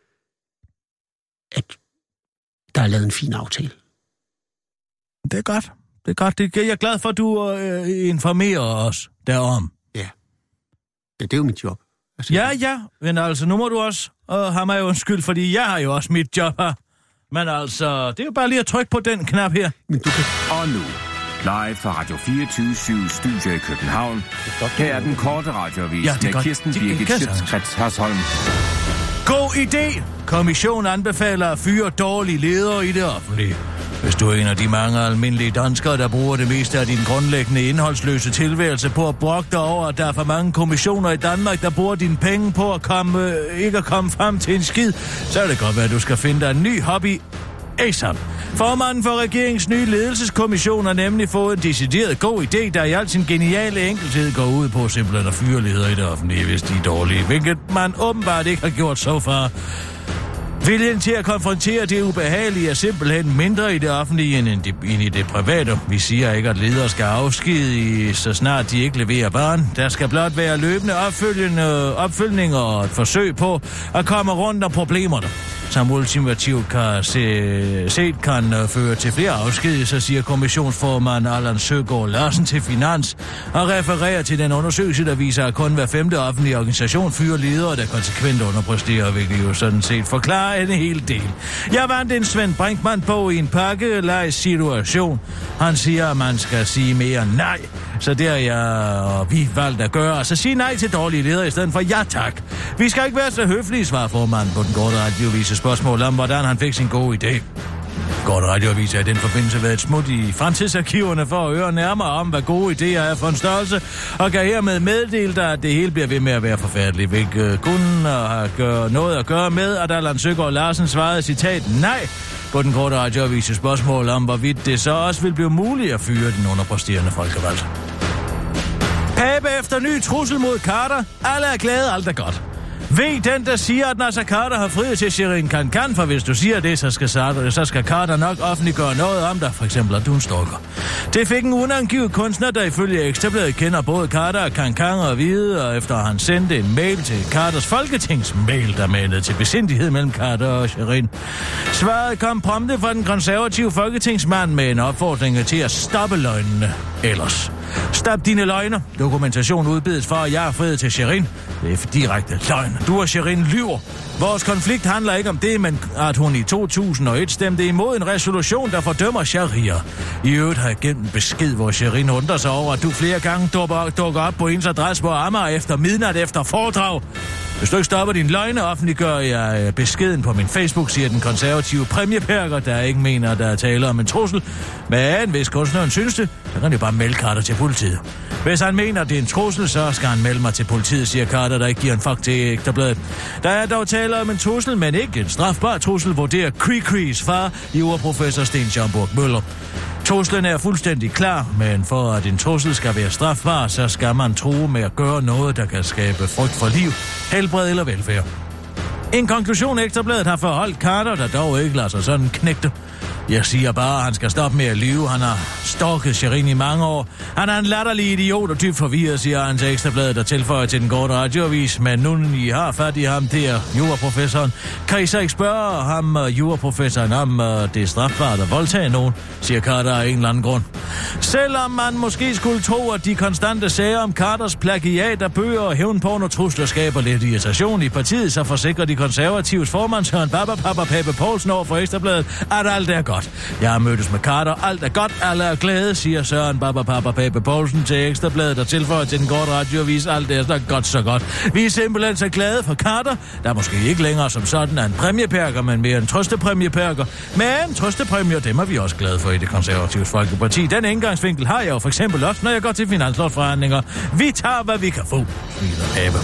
at der er lavet en fin aftale. Det er godt. Jeg er glad for, at du informerer os derom. Ja, det er jo mit job. Altså, ja, men altså, nu må du også have mig undskyld, fordi jeg har jo også mit job her. Men altså, det er jo bare lige at trykke på den knap her. Men du kan... Og nu, live fra Radio 24/7 Studio i København. Her er den korte radioavis med Kirsten Birgit Schøtz-Krets Hørsholm. God idé! Kommissionen anbefaler at fyre dårlige ledere i det offentlige. Hvis du er en af de mange almindelige danskere, der bruger det meste af din grundlæggende indholdsløse tilværelse på at brokke dig over, at der er for mange kommissioner i Danmark, der bruger dine penge på at ikke at komme frem til en skid, så er det godt være, at du skal finde dig en ny hobby ASAP. Formanden for regeringens nye ledelseskommission har nemlig fået en decideret god idé, der i al sin geniale enkelthed går ud på simpelthen at fyre ledere i det offentlige, hvis de er dårlige, hvilket man åbenbart ikke har gjort så far. Viljen til at konfrontere det ubehagelige er simpelthen mindre i det offentlige end i det private. Vi siger ikke, at ledere skal afskedige, så snart de ikke leverer barn. Der skal blot være løbende opfølgning og et forsøg på at komme rundt om problemerne, som ultimativt kan føre til flere afskedigelser, siger kommissionsformand Allan Søgaard Larsen til Finans, og refererer til den undersøgelse, der viser, at kun hver 5. offentlige organisation fyrer ledere, der konsekvent underpresterer, hvilket jo sådan set forklarer en hel del. Jeg vandt en Svend Brinkmann på i en pakkelejs-situation. Han siger, at man skal sige mere nej, så det er jeg og vi valgt at gøre. Så sig nej til dårlige ledere i stedet for ja tak. Vi skal ikke være så høflige, svarer formanden på den korte radioavise spørgsmål om, hvordan han fik sin gode idé. Korte radioaviser i den forbindelse været et smut i fremtidsarkiverne for at høre nærmere om, hvad gode idéer er for en størrelse, og kan hermed meddele dig, at det hele bliver ved med at være forfærdeligt, hvilket kun har noget at gøre med, at Allan Søgaard Larsen svarede citat nej på den korte radioavise spørgsmål om, hvorvidt det så også vil blive muligt at fyre den underpræsterende folkevalg. Pape efter ny trussel mod Carter. Alle er glade, alt er godt. Ved den, der siger, at Nasser Carter har friet til Sherin Khan, for hvis du siger det, så skal Carter nok offentliggøre noget om dig, for eksempel at du er en stalker. Det fik en unangivet kunstner, der ifølge Ekstrabladet kender både Carter og Khan og vide, og efter han sendte en mail til Carters folketingsmail, der manede til besindighed mellem Carter og Sherin. Svaret kom prompte fra den konservative folketingsmand med en opfordring til at stoppe løgnene ellers. Stop dine løgner. Dokumentation udbedes for, at jeg er friet til Sherin. Det er direkte løgn. Du og Sherin lyver. Vores konflikt handler ikke om det, men at hun i 2001 stemte imod en resolution, der fordømmer sharia. I øvrigt har jeg gemt en besked, hvor Sherin undrer sig over, at du flere gange dukker op på ens adresse på Amager efter midnat efter foredrag. Hvis du ikke stopper din løgne, offentliggør jeg beskeden på min Facebook, siger den konservative præmieperker, der ikke mener, at der er tale om en trussel. Men hvis kunstneren synes det, så kan det bare melde Carter til politiet. Hvis han mener, at det er en trussel, så skal han melde mig til politiet, siger Carter, der ikke giver en fuck til Ekstrabladet. Der er dog tale om en trussel, men ikke en strafbar trussel, vurderer Kris far, juraprofessor Sten Schaumburg Møller. Truslen er fuldstændig klar, men for at en trussel skal være strafbar, så skal man true med at gøre noget, der kan skabe frygt for liv, helbred eller velfærd. En konklusion Ekstrabladet har forholdt Carter, der dog ikke lader sig sådan knægte. Jeg siger bare, at han skal stoppe med at lyve. Han har stalket Sherin i mange år. Han er en latterlig idiot og dybt forvirret, siger han til Ekstrabladet, der tilføjer til den korte radioavis. Men nu I har fat i ham, det er juraprofessoren. Kan I så ikke spørge ham, juraprofessoren, om det er strafbart at voldtage nogen, siger Carter af en eller anden grund. Selvom man måske skulle tro, at de konstante sager om Carters plagiat af bøger og hævnporno trusler skaber lidt irritation i partiet, så forsikrer de konservatives formand Søren Pape Poulsen over for Ekstrabladet, at alt er godt. Jeg har mødtes med Carter. Alt er godt. Alle er glade, siger Søren Pape Poulsen til Ekstrabladet, der tilføjer til den korte radioavis. Alt er så godt, så godt. Vi er simpelthen så glade for Carter, der måske ikke længere som sådan er en præmieperker, men mere en trøstepræmieperker. Men trøstepræmier, dem er vi også glade for i det konservative Folkeparti. Den indgangsvinkel har jeg jo for eksempel også, når jeg går til finanslovsforhandlinger. Vi tager, hvad vi kan få, smiler Pape.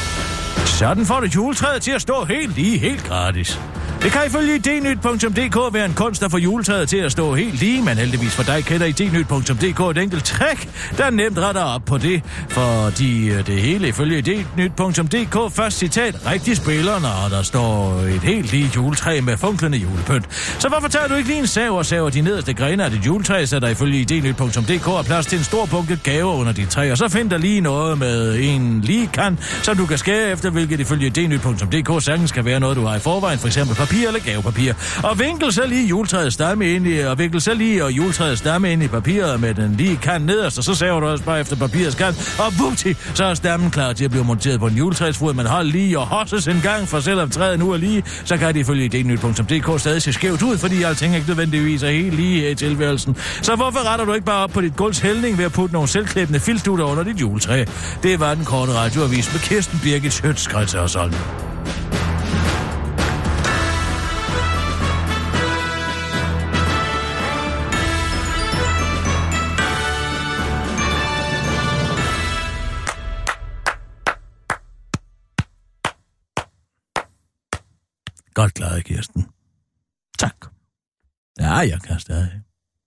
Sådan får du juletræet til at stå helt gratis. Det kan ifølge idnyt.dk være en kunst at få juletræet til at stå helt lige, men heldigvis for dig kender idnyt.dk et enkelt trick, der nemt retter op på det, fordi det hele ifølge idnyt.dk først citat rigtig spiller, når der står et helt lige juletræ med funklende julepynt. Så hvorfor tager du ikke lige en sav og saver de nederste grene af dit juletræ, så der ifølge idnyt.dk er plads til en stor bunke gaver under dit træ, og så find der lige noget med en lige kant, som du kan skære efter, hvilket ifølge idnyt.dk sagtens kan være noget, du har i forvejen, for eksempel papir eller gavepapir. Og vinkel så lige juletræets stamme ind i, juletræets stamme ind i papiret med den lige kant nederst, og så saver du også bare efter papirets kant, og vupti, så er stammen klar til at blive monteret på en juletræsfod, man holder lige og hosses en gang, for selvom træet nu er lige, så kan det ifølge idnyt.dk stadig se skævt ud, fordi alting ikke nødvendigvis er helt lige i tilværelsen. Så hvorfor retter du ikke bare op på dit gulvs hældning ved at putte nogle selvklæbende filtdutter under dit juletræ? Det var den korte radioavis med Kirsten Birgit Schøtz-Krets og sådan. Godt klaret, Kirsten. Tak. jeg kan stadig.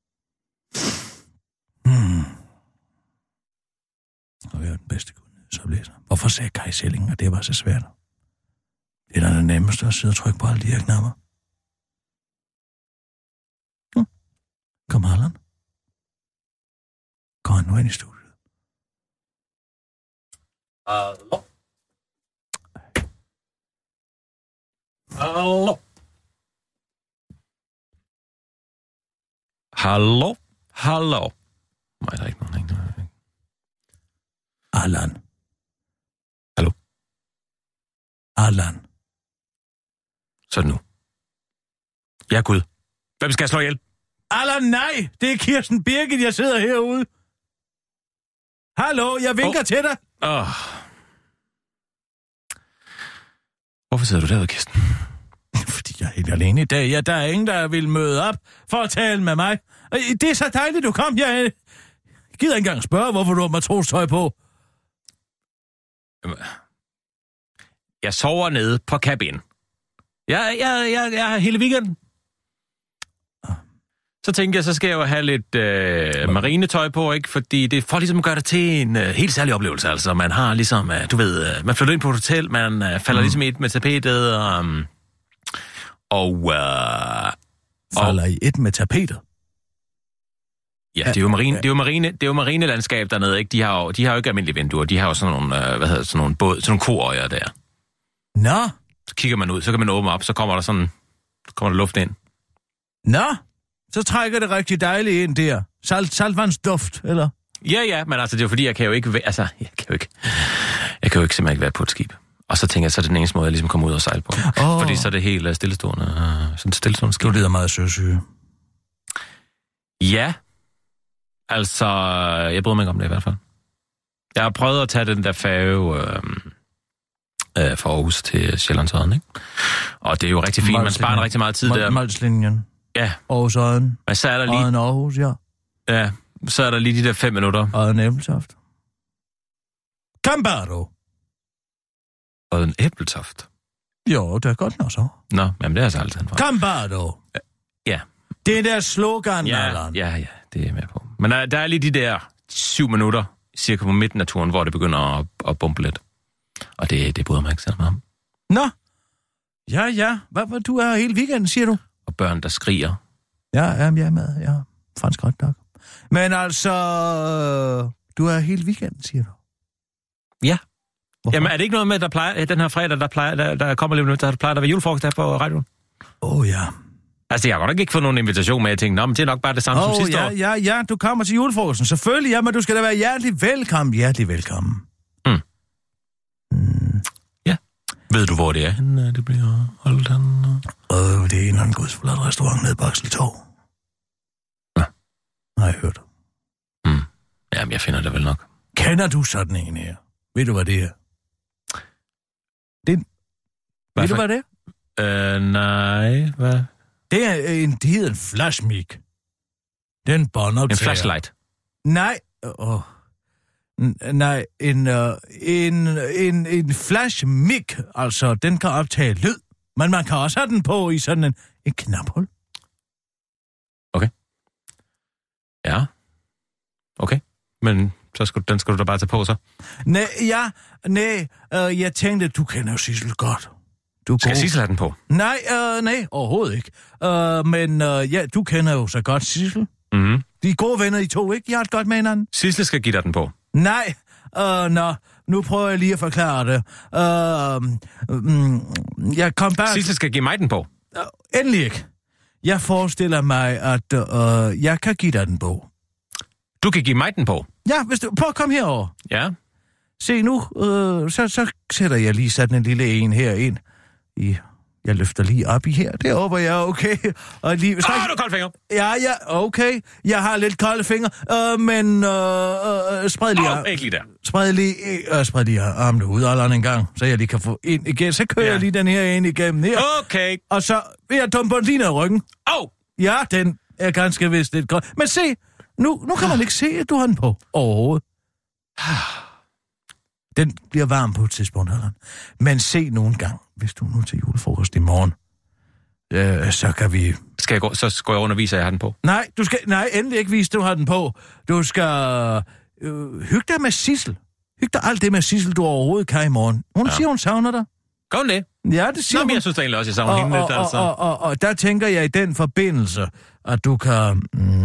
Og jeg er den bedste nyhedsoplæser. Hvorfor sagde Kai Selling, at det var så svært? Det er da det nemmeste at sidde og trykke på alle de her knapper. Kom, Allan. Kom nu ind i studiet. Hallo. Hallo. Hallo. Hallo. Nej, der er ikke nogen. Allan. Hallo. Allan. Så nu. Ja, Gud. Hvem skal jeg slå ihjel? Allan, nej! Det er Kirsten Birgit, jeg sidder herude. Hallo, jeg vinker til dig. Hvorfor sidder du derude, Kirsten? Fordi jeg er helt alene i dag. Ja, der er ingen, der vil møde op for at tale med mig. Det er så dejligt, du kom. Jeg gider ikke engang spørge, hvorfor du har matrostøj på. Jeg sover nede på cabinen. Jeg er hele weekenden. Så tænkte jeg, så skal jeg jo have lidt marinetøj på, ikke? Fordi det får ligesom at gøre det til en helt særlig oplevelse. Altså, man har ligesom, du ved, man flytter ind på et hotel, man falder ligesom i et med tapetet, falder i et med tapetet? Ja, det er jo marinelandskab dernede, ikke? De har jo ikke almindelige vinduer, de har jo sådan nogle, sådan nogle koøjer der. Nå? Så kigger man ud, så kan man åbne op, så kommer der luft ind. Nå? Så trækker det rigtig dejligt ind der. Saltvandsduft, eller? Ja, men altså, det er jo fordi, jeg kan jo ikke simpelthen ikke være på et skib. Og så tænker jeg, så er det den eneste måde, jeg ligesom kommer ud og sejle på. Fordi så er det helt stillestående. Sådan stillestående skib. Du lider meget søsyge. Ja. Altså, jeg bryder mig ikke om det i hvert fald. Jeg har prøvet at tage den der færge fra Aarhus til Sjællandsøen, ikke? Og det er jo rigtig fint. Man sparer rigtig meget tid der. Molslinjen. Ja. Aarhusøen. Men så er der lige... Aarhus, ja. Ja, så er der lige de der 5 minutter. Og en æbletoft. Cambardo. Og en æbletoft? Jo, det er godt nok så. Nå, jamen det er altså altid en fejl. Cambardo. Ja. Det er der slogan, ja, det er jeg med på. Men der er lige de der 7 minutter, cirka på midten af turen, hvor det begynder at bumpe lidt. Og det bryder mig ikke selv om. Nå. Ja. Hvad du er hele weekenden, siger du? Og børn, der skriger. Ja, jeg er med. Ja, fransk godt nok. Men altså, du er hele weekenden, siger du? Ja. Hvorfor? Jamen, er det ikke noget med, der plejer, den her fredag, der kommer lidt nyt, der plejer der være julefrokost der på radioen? Ja. Altså, jeg har godt ikke fået nogen invitation med, jeg tænkte, men det er nok bare det samme som sidste år. Ja, du kommer til julefrokosten. Selvfølgelig, ja, men du skal da være hjertelig velkommen. Ja. Ved du, hvor det er? Det bliver holdt hen. Det er en eller anden gudsforladt restaurant nede i Bakseltorv. Ja. Har jeg hørt. Jamen, jeg finder det vel nok. Kender du sådan en her? Ved du, hvad det er? Ved du, hvad det er? Nej, hvad? Det hedder en flashmic. Den båndoptager. En flashlight? Nej. Nej, en flashmic, altså den kan optage lyd, men man kan også have den på i sådan en knaphul. Okay. Ja. Okay. Men den skal du da bare tage på, så? Nej, jeg tænkte, du kender jo Sissel godt. Skal Sissel have den på? Nej, overhovedet ikke. Men du kender jo så godt Sissel. Mhm. De er gode venner, I to, ikke? Jeg har et godt med hinanden. Sissel skal give dig den på. Nej, nu prøver jeg lige at forklare det. Jeg kom bare... Sissel skal give mig den på. Endelig ikke. Jeg forestiller mig, at jeg kan give dig den på. Du kan give mig den på? Ja, hvis du... Prøv at komme herover. Ja. Se nu, så sætter jeg lige sådan en lille en her ind. Jeg løfter lige op i her. Det håber jeg er okay. Og lige... du kolde fingre? Ja, okay. Jeg har lidt kolde fingre, men spred lige... ikke lige der. Spred lige armene ud alderen en gang, så jeg lige kan få ind igen. Så kører jeg lige den her ind igennem her. Okay. Og så vil jeg dumpe den lige ned i ryggen. Ja, den er ganske vist lidt godt. Men se, nu kan man ikke se, at du har den på overhovedet. Den bliver varm på et tidspunkt, Allan. Men se nu en gang, hvis du nu til julefrokost i morgen, så kan vi... Så går jeg rundt og viser, at jeg har den på. Nej, endelig ikke vise, du har den på. Du skal hygge dig med Sissel. Hygge dig alt det med Sissel, du overhovedet kan i morgen. Hun siger, hun savner dig. Gør hun det? Ja, det siger hun. Jeg synes da egentlig også, jeg savner hende lidt, altså. Og der tænker jeg i den forbindelse, at du kan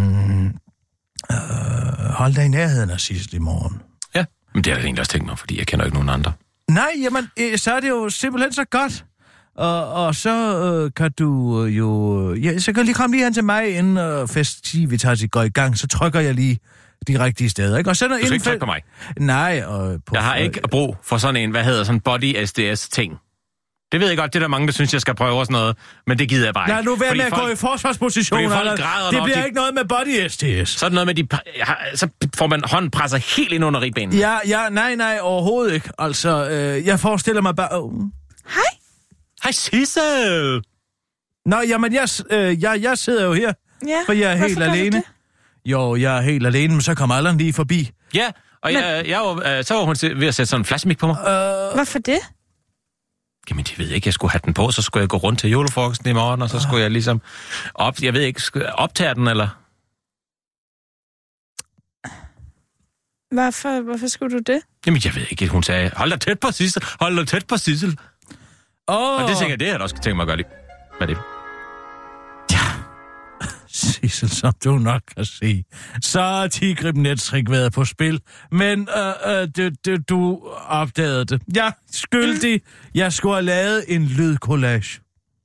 holde dig i nærheden af Sissel i morgen. Ja, men det har jeg egentlig også tænkt mig, fordi jeg kender ikke nogen andre. Nej, jamen, så er det jo simpelthen så godt. Og så kan du jo... Ja, så kan lige komme lige hen til mig, inden festivitas går i gang. Så trykker jeg lige de rigtige steder, ikke? Og så du skal ikke trykke på mig? Nej, jeg har ikke brug for sådan en, sådan body SDS-ting. Det ved jeg godt, det er der mange, der synes, jeg skal prøve og sådan noget, men det gider jeg bare ikke. Nej, nu vil jeg med at gå i forsvarsposition, det bliver ikke noget med body SDS. Så er det noget med, så får man hånden presser helt ind under ribbenene. Ja, nej, overhovedet ikke. Altså, jeg forestiller mig bare... Hej, Sissel! Nå, jamen, jeg sidder jo her, for jeg er helt alene. Jo, jeg er helt alene, men så kommer Allan lige forbi. Ja, og så var hun ved at sætte sådan en flashmic på mig. Hvorfor det? Jamen, det ved jeg ikke. Jeg skulle have den på, så skulle jeg gå rundt til julefrokosten i morgen, og så skulle jeg ligesom optage den, eller? Hvorfor skulle du det? Jamen, jeg ved ikke. Hun sagde, hold dig tæt på Sissel. Og det tænker jeg, det har jeg også tænkt mig at gøre lige. Hvad er det? Sissel, som du nok kan se, så er Tigriben-Netrik været på spil, men du opdagede det. Ja, skyldig. Jeg skulle have lavet en lydkollage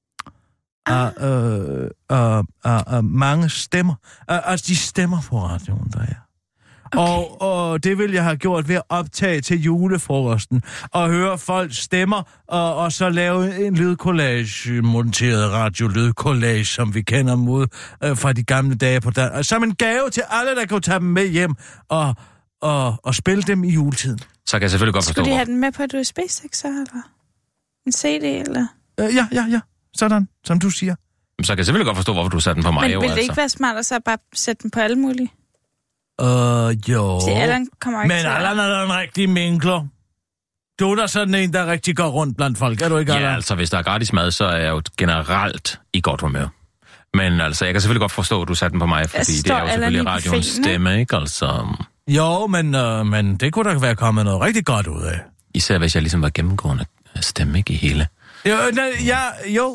af mange stemmer. Altså de stemmer på radioen, der er. Okay. Og det vil jeg have gjort ved at optage til julefrokosten og høre folks stemmer og så lave en lydkollage, monteret radiolydkollage, som vi kender mod fra de gamle dage på der. Som en gave til alle, der kan tage dem med hjem og spille dem i juletiden. Så kan jeg selvfølgelig godt forstå. Skulle de have den med på et USB-stik så, eller en CD, eller? Ja. Sådan, som du siger. Så kan jeg selvfølgelig godt forstå, hvorfor du satte den på mig. Men vil det ikke være smart at så bare sætte den på alle mulige? Jo. Men Allan er en rigtig minkler. Du er da sådan en, der rigtig går rundt blandt folk, er du ikke, Allan? Ja, altså, hvis der er gratis mad, så er jeg jo generelt i godt humør. Men altså, jeg kan selvfølgelig godt forstå, at du satte den på mig, fordi det er jo selvfølgelig radioens stemme, ikke? Altså... Jo, men det kunne da være kommet noget rigtig godt ud af. Især hvis jeg ligesom var gennemgående stemme, ikke i hele. Jo. Ja.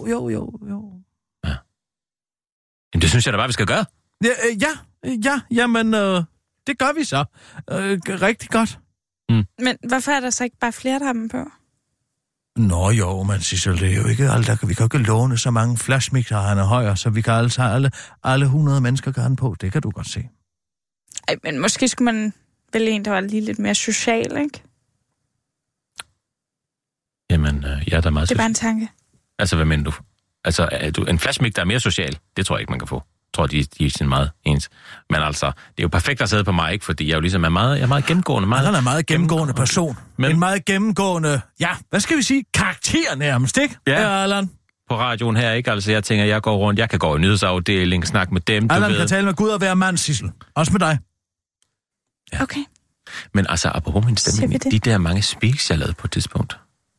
Jamen, det synes jeg da bare, vi skal gøre. Jamen, det gør vi så. Rigtig godt. Men hvorfor er der så ikke bare flere, der har dem på? Nå jo, men Sissel, det er jo ikke alle, vi kan jo ikke låne så mange flashmixer, han er højere, så vi kan alle 100 mennesker kan han på. Det kan du godt se. Ej, men måske skulle man vælge en, der var lige lidt mere social, ikke? Jamen, jeg er da meget... Det er bare en tanke. Altså, hvad mener du? Altså, en flashmic, der er mere social, det tror jeg ikke, man kan få. Jeg tror, de er sådan meget ens. Men altså, det er jo perfekt at sidde på mig, ikke? Fordi jeg er jo ligesom jeg er meget gennemgående. Han er en meget gennemgående person. Men... En meget gennemgående, hvad skal vi sige, karakter nærmest, ikke? Ja, Allan. På radioen her, ikke? Altså, jeg tænker, jeg går rundt, jeg kan gå i nyhedsafdelingen, snakke med dem, Allan kan tale med Gud og være mand, Sissel. Også med dig. Ja. Okay. Men altså, apropos min stemme, de der mange speaks, jeg lavede på et tidspunkt.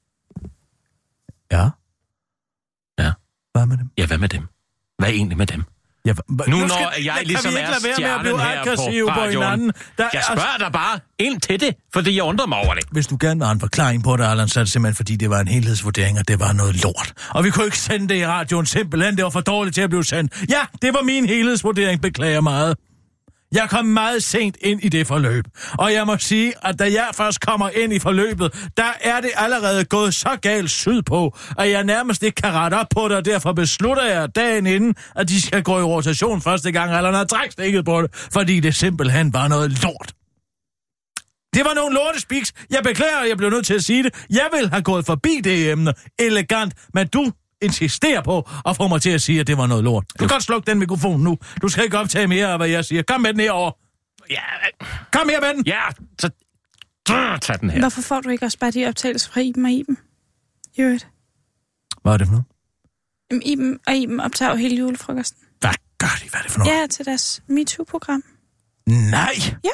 Ja. Hvad med dem? Ja, hvad med dem? Hvad er egentlig med dem? Ja, nu når jeg ligesom er stjernen her på radioen. Jeg spørger dig bare ind til det, fordi jeg undrer mig over det. Hvis du gerne vil have en forklaring på det, Allan, så er det simpelthen, fordi det var en helhedsvurdering, og det var noget lort. Og vi kunne ikke sende det i radioen simpelthen, det var for dårligt til at blive sendt. Ja, det var min helhedsvurdering, beklager meget. Jeg kom meget sent ind i det forløb, og jeg må sige, at da jeg først kommer ind i forløbet, der er det allerede gået så galt sydpå, at jeg nærmest ikke kan rette op på det, og derfor beslutter jeg dagen inden, at de skal gå i rotation første gang, eller når jeg trækker stikket på det, fordi det simpelthen var noget lort. Det var nogle lortespiks. Jeg beklager, at jeg blev nødt til at sige det. Jeg ville have gået forbi det emne elegant, men du insisterer på at få mig til at sige, at det var noget lort. Du kan godt slukke den mikrofon nu. Du skal ikke optage mere af, hvad jeg siger. Kom med den herover. Ja. Kom her med den. Ja, så tag den her. Hvorfor får du ikke også bare de optagelser fra Iben og Iben? Jødt. Hvad er det for noget? Iben og Iben optager jo hele julefrokosten. Hvad gør de? Hvad er det for noget? Ja, til deres MeToo-program. Nej. Ja.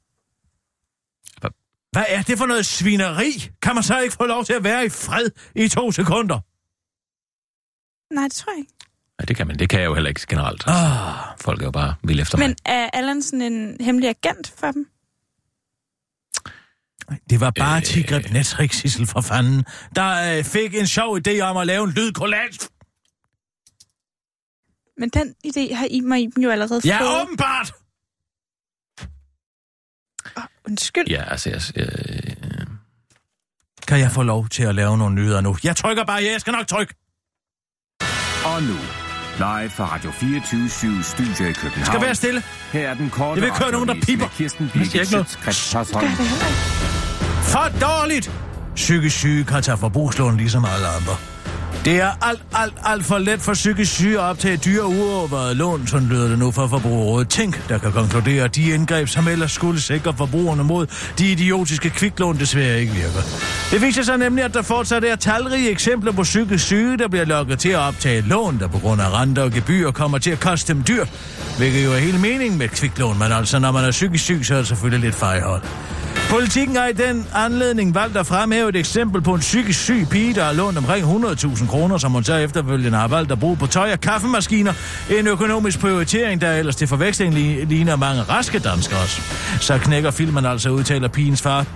Hvad er det for noget svineri? Kan man så ikke få lov til at være i fred i 2 sekunder? Nej, det tror jeg ikke. Ja, det kan man. Det kan jeg jo heller ikke generelt. Folk er jo bare vildt efter mig. Men er Allan sådan en hemmelig agent for dem? Det var bare Tigret Netrik, Sissel, for fanden, der fik en sjov idé om at lave en lydkollage. Men den idé har Iben jo allerede fået. Ja, åbenbart! Undskyld. Ja, altså... Kan jeg få lov til at lave nogle nyheder nu? Jeg trykker bare, jeg skal nok trykke. Og nu, live fra Radio 24/7 Studio i København. Skal være stille. Her er den korte jeg vil køre nogen, der piper. Kirsten Birgit Schøtz-Krets. For dårligt! Psykisk syge kan tage forbrugslån ligesom alle andre. Det er alt for let for psykisk syge at optage dyre uovervejede lån, sådan lyder det nu fra Forbrugerrådet Tænk, der kan konkludere, at de indgreb, som ellers skulle sikre forbrugerne mod de idiotiske kviklån, desværre ikke virker. Det viser sig nemlig, at der fortsat er talrige eksempler på psykisk syge, der bliver lokket til at optage lån, der på grund af renter og gebyrer kommer til at koste dem dyrt, hvilket jo er hele meningen med kviklån, men altså når man er psykisk syg, så er det selvfølgelig lidt fejhold. Politikken har i den anledning valgt at fremhæve et eksempel på en psykisk syg pige, der har lånt omkring 100.000 kroner, som hun så efterfølgende har valgt at bruge på tøj og kaffemaskiner. En økonomisk prioritering, der ellers til forveksling ligner mange raske danskere også. Så knækker filmen altså, udtaler pigens far,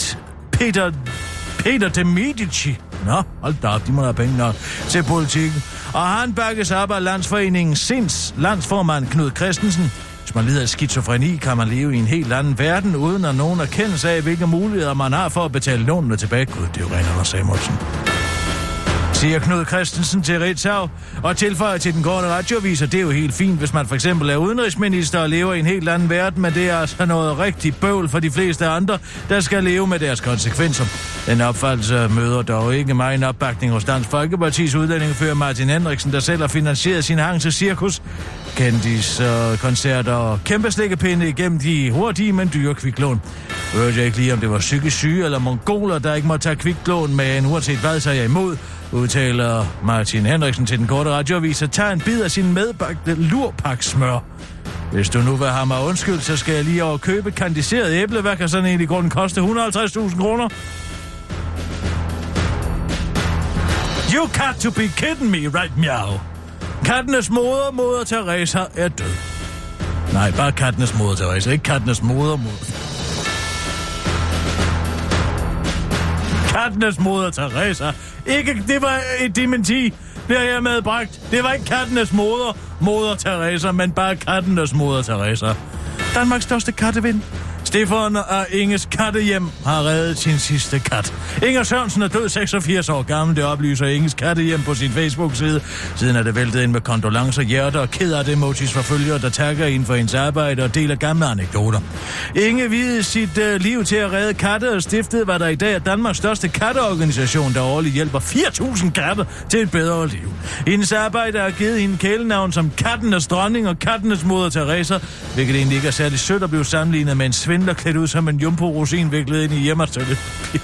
Peter de Medici. Nå, hold da op, de må have penge nok til politikken. Og han bakkes op af Landsforeningen Sinds landsformand Knud Christensen. Hvis man lider af skizofreni, kan man leve i en helt anden verden, uden at nogen erkendelse af, hvilke muligheder man har for at betale lånene tilbage. Gud, det er jo rent Anders Samuelsen. Siger Knud Christensen til Ritzau, og tilføjer til den korte radioavis, det er jo helt fint, hvis man for eksempel er udenrigsminister og lever i en helt anden verden, men det er altså noget rigtig bøvl for de fleste andre, der skal leve med deres konsekvenser. Den opfattelse møder dog ikke mig en opbakning hos Dansk Folkepartis udlændingefører Martin Henriksen, der selv har finansieret sin hang til cirkus, kendiskoncerter og kæmpe slikkepinde igennem de hurtige, men dyre kviklån. Hørte jeg ikke lige, om det var psykisk syge eller mongoler, der ikke må tage kviklån, men uanset hvad, så er jeg imod, udtaler Martin Henriksen til den korte radioavis, og tager en bid af sin medbagte lurpaksmør. Hvis du nu vil have mig undskyld, så skal jeg lige over købe kandiseret æble. Hvad kan sådan en i grunden koste? 150.000 kroner? You got to be kidding me right meow. Kattenes moder Teresa, er død. Nej, bare kattenes moder Teresa, ikke kattenes moder. Kattenes moder Teresa. Ikke, det var et dementi, bliver jeg medbragt. Det var ikke kattenes moder Teresa, men bare kattenes moder Teresa. Danmarks største kattevind. Stefan og Inges kattehjem har reddet sin sidste kat. Inger Sørensen er død 86 år gammel, det oplyser Inges kattehjem på sin Facebook-side. Siden er det væltet ind med kondolencer, hjerter og ked af det emojis for følgere, der takker ind for hendes arbejde og deler gamle anekdoter. Inge videde sit liv til at redde katte og stiftede, hvad der i dag er Danmarks største katteorganisation, der årligt hjælper 4.000 katte til et bedre liv. Hendes arbejde har givet hende kælenavn som kattenes dronning og kattenes moder Teresa, hvilket egentlig ikke er særlig sødt at blive sammenlignet med en svindler klædt ud som en jumbo-rosin viklet ind i hjemmerstykket.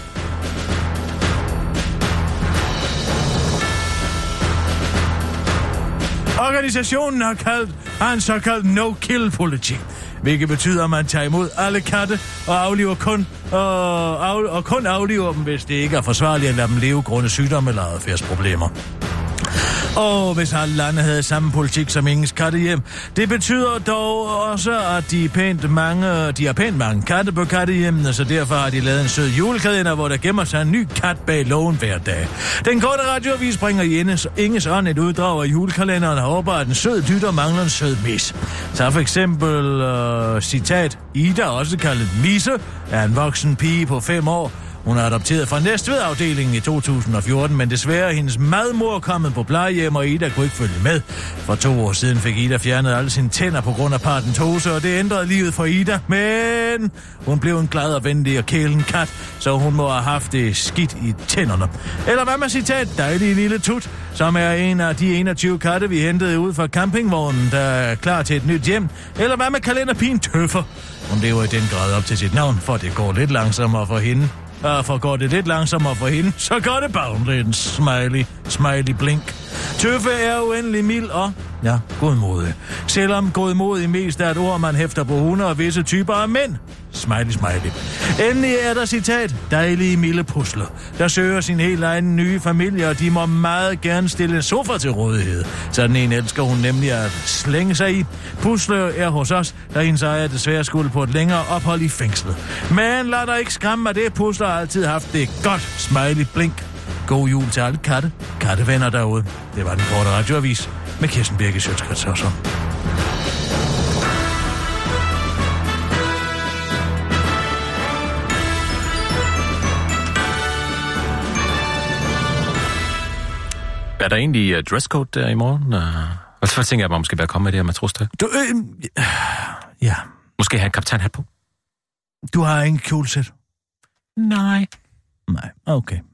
Organisationen har en såkaldt no-kill-politik, hvilket betyder, at man tager imod alle katte og afliver kun afliver dem, hvis det ikke er forsvarligt at lade dem leve grundet sygdomme eller adfærdsproblemer. Og hvis alle lande havde samme politik som Inges kattehjem. Det betyder dog også, at de har pænt mange katte på kattehjemmene, så derfor har de lavet en sød julekalender, hvor der gemmer sig en ny kat bag lågen hver dag. Den korte radioavis bringer i Inges ånd et uddrag af julekalenderen og håber, at en sød lytter mangler en sød mis. Så for eksempel, citat, Ida, også kaldet Misse, er en voksen pige på 5 år. Hun er adopteret fra Næstved-afdelingen i 2014, men desværre er hendes madmor kommet på plejehjem, og Ida kunne ikke følge med. For 2 år siden fik Ida fjernet alle sine tænder på grund af paradentose, og det ændrede livet for Ida. Men hun blev en glad og venlig og kælen kat, så hun må have haft det skidt i tænderne. Eller hvad med citat, dejlige lille tut, som er en af de 21 katte, vi hentede ud fra campingvognen, der er klar til et nyt hjem. Eller hvad med kalenderpigen Tøffer? Hun lever i den grad op til sit navn, for det går lidt langsommere for hende. For går det lidt langsommere for hende, så går det baglæns. Smiley blink. Tøffe er uendelig mild og Ja, godmodig. Selvom godmodig mest er et ord, man hæfter på hunde og visse typer af mænd. Smiley, smiley. Endelig er der citat. Dejlige milde pusler, der søger sin helt egen nye familie, og de må meget gerne stille en sofa til rådighed. Sådan en elsker hun nemlig at slænge sig i. Pusle er hos os, da hendes ejer desværre skulle på et længere ophold i fængslet. Men lad dig ikke skræmme af det. Pusler har altid haft det godt. Smiley, blink. God jul til alle kattevenner derude. Det var den korte radioavis med Kirsten Birgit Schøtz-Krets Hørsholm. Er der egentlig dresscode der i morgen? Hvad tænker jeg, at man måske være kommet med det her matrostøj? Ja. Måske have en kaptajnhat på? Du har ingen kjolesæt? Nej. Nej, okay.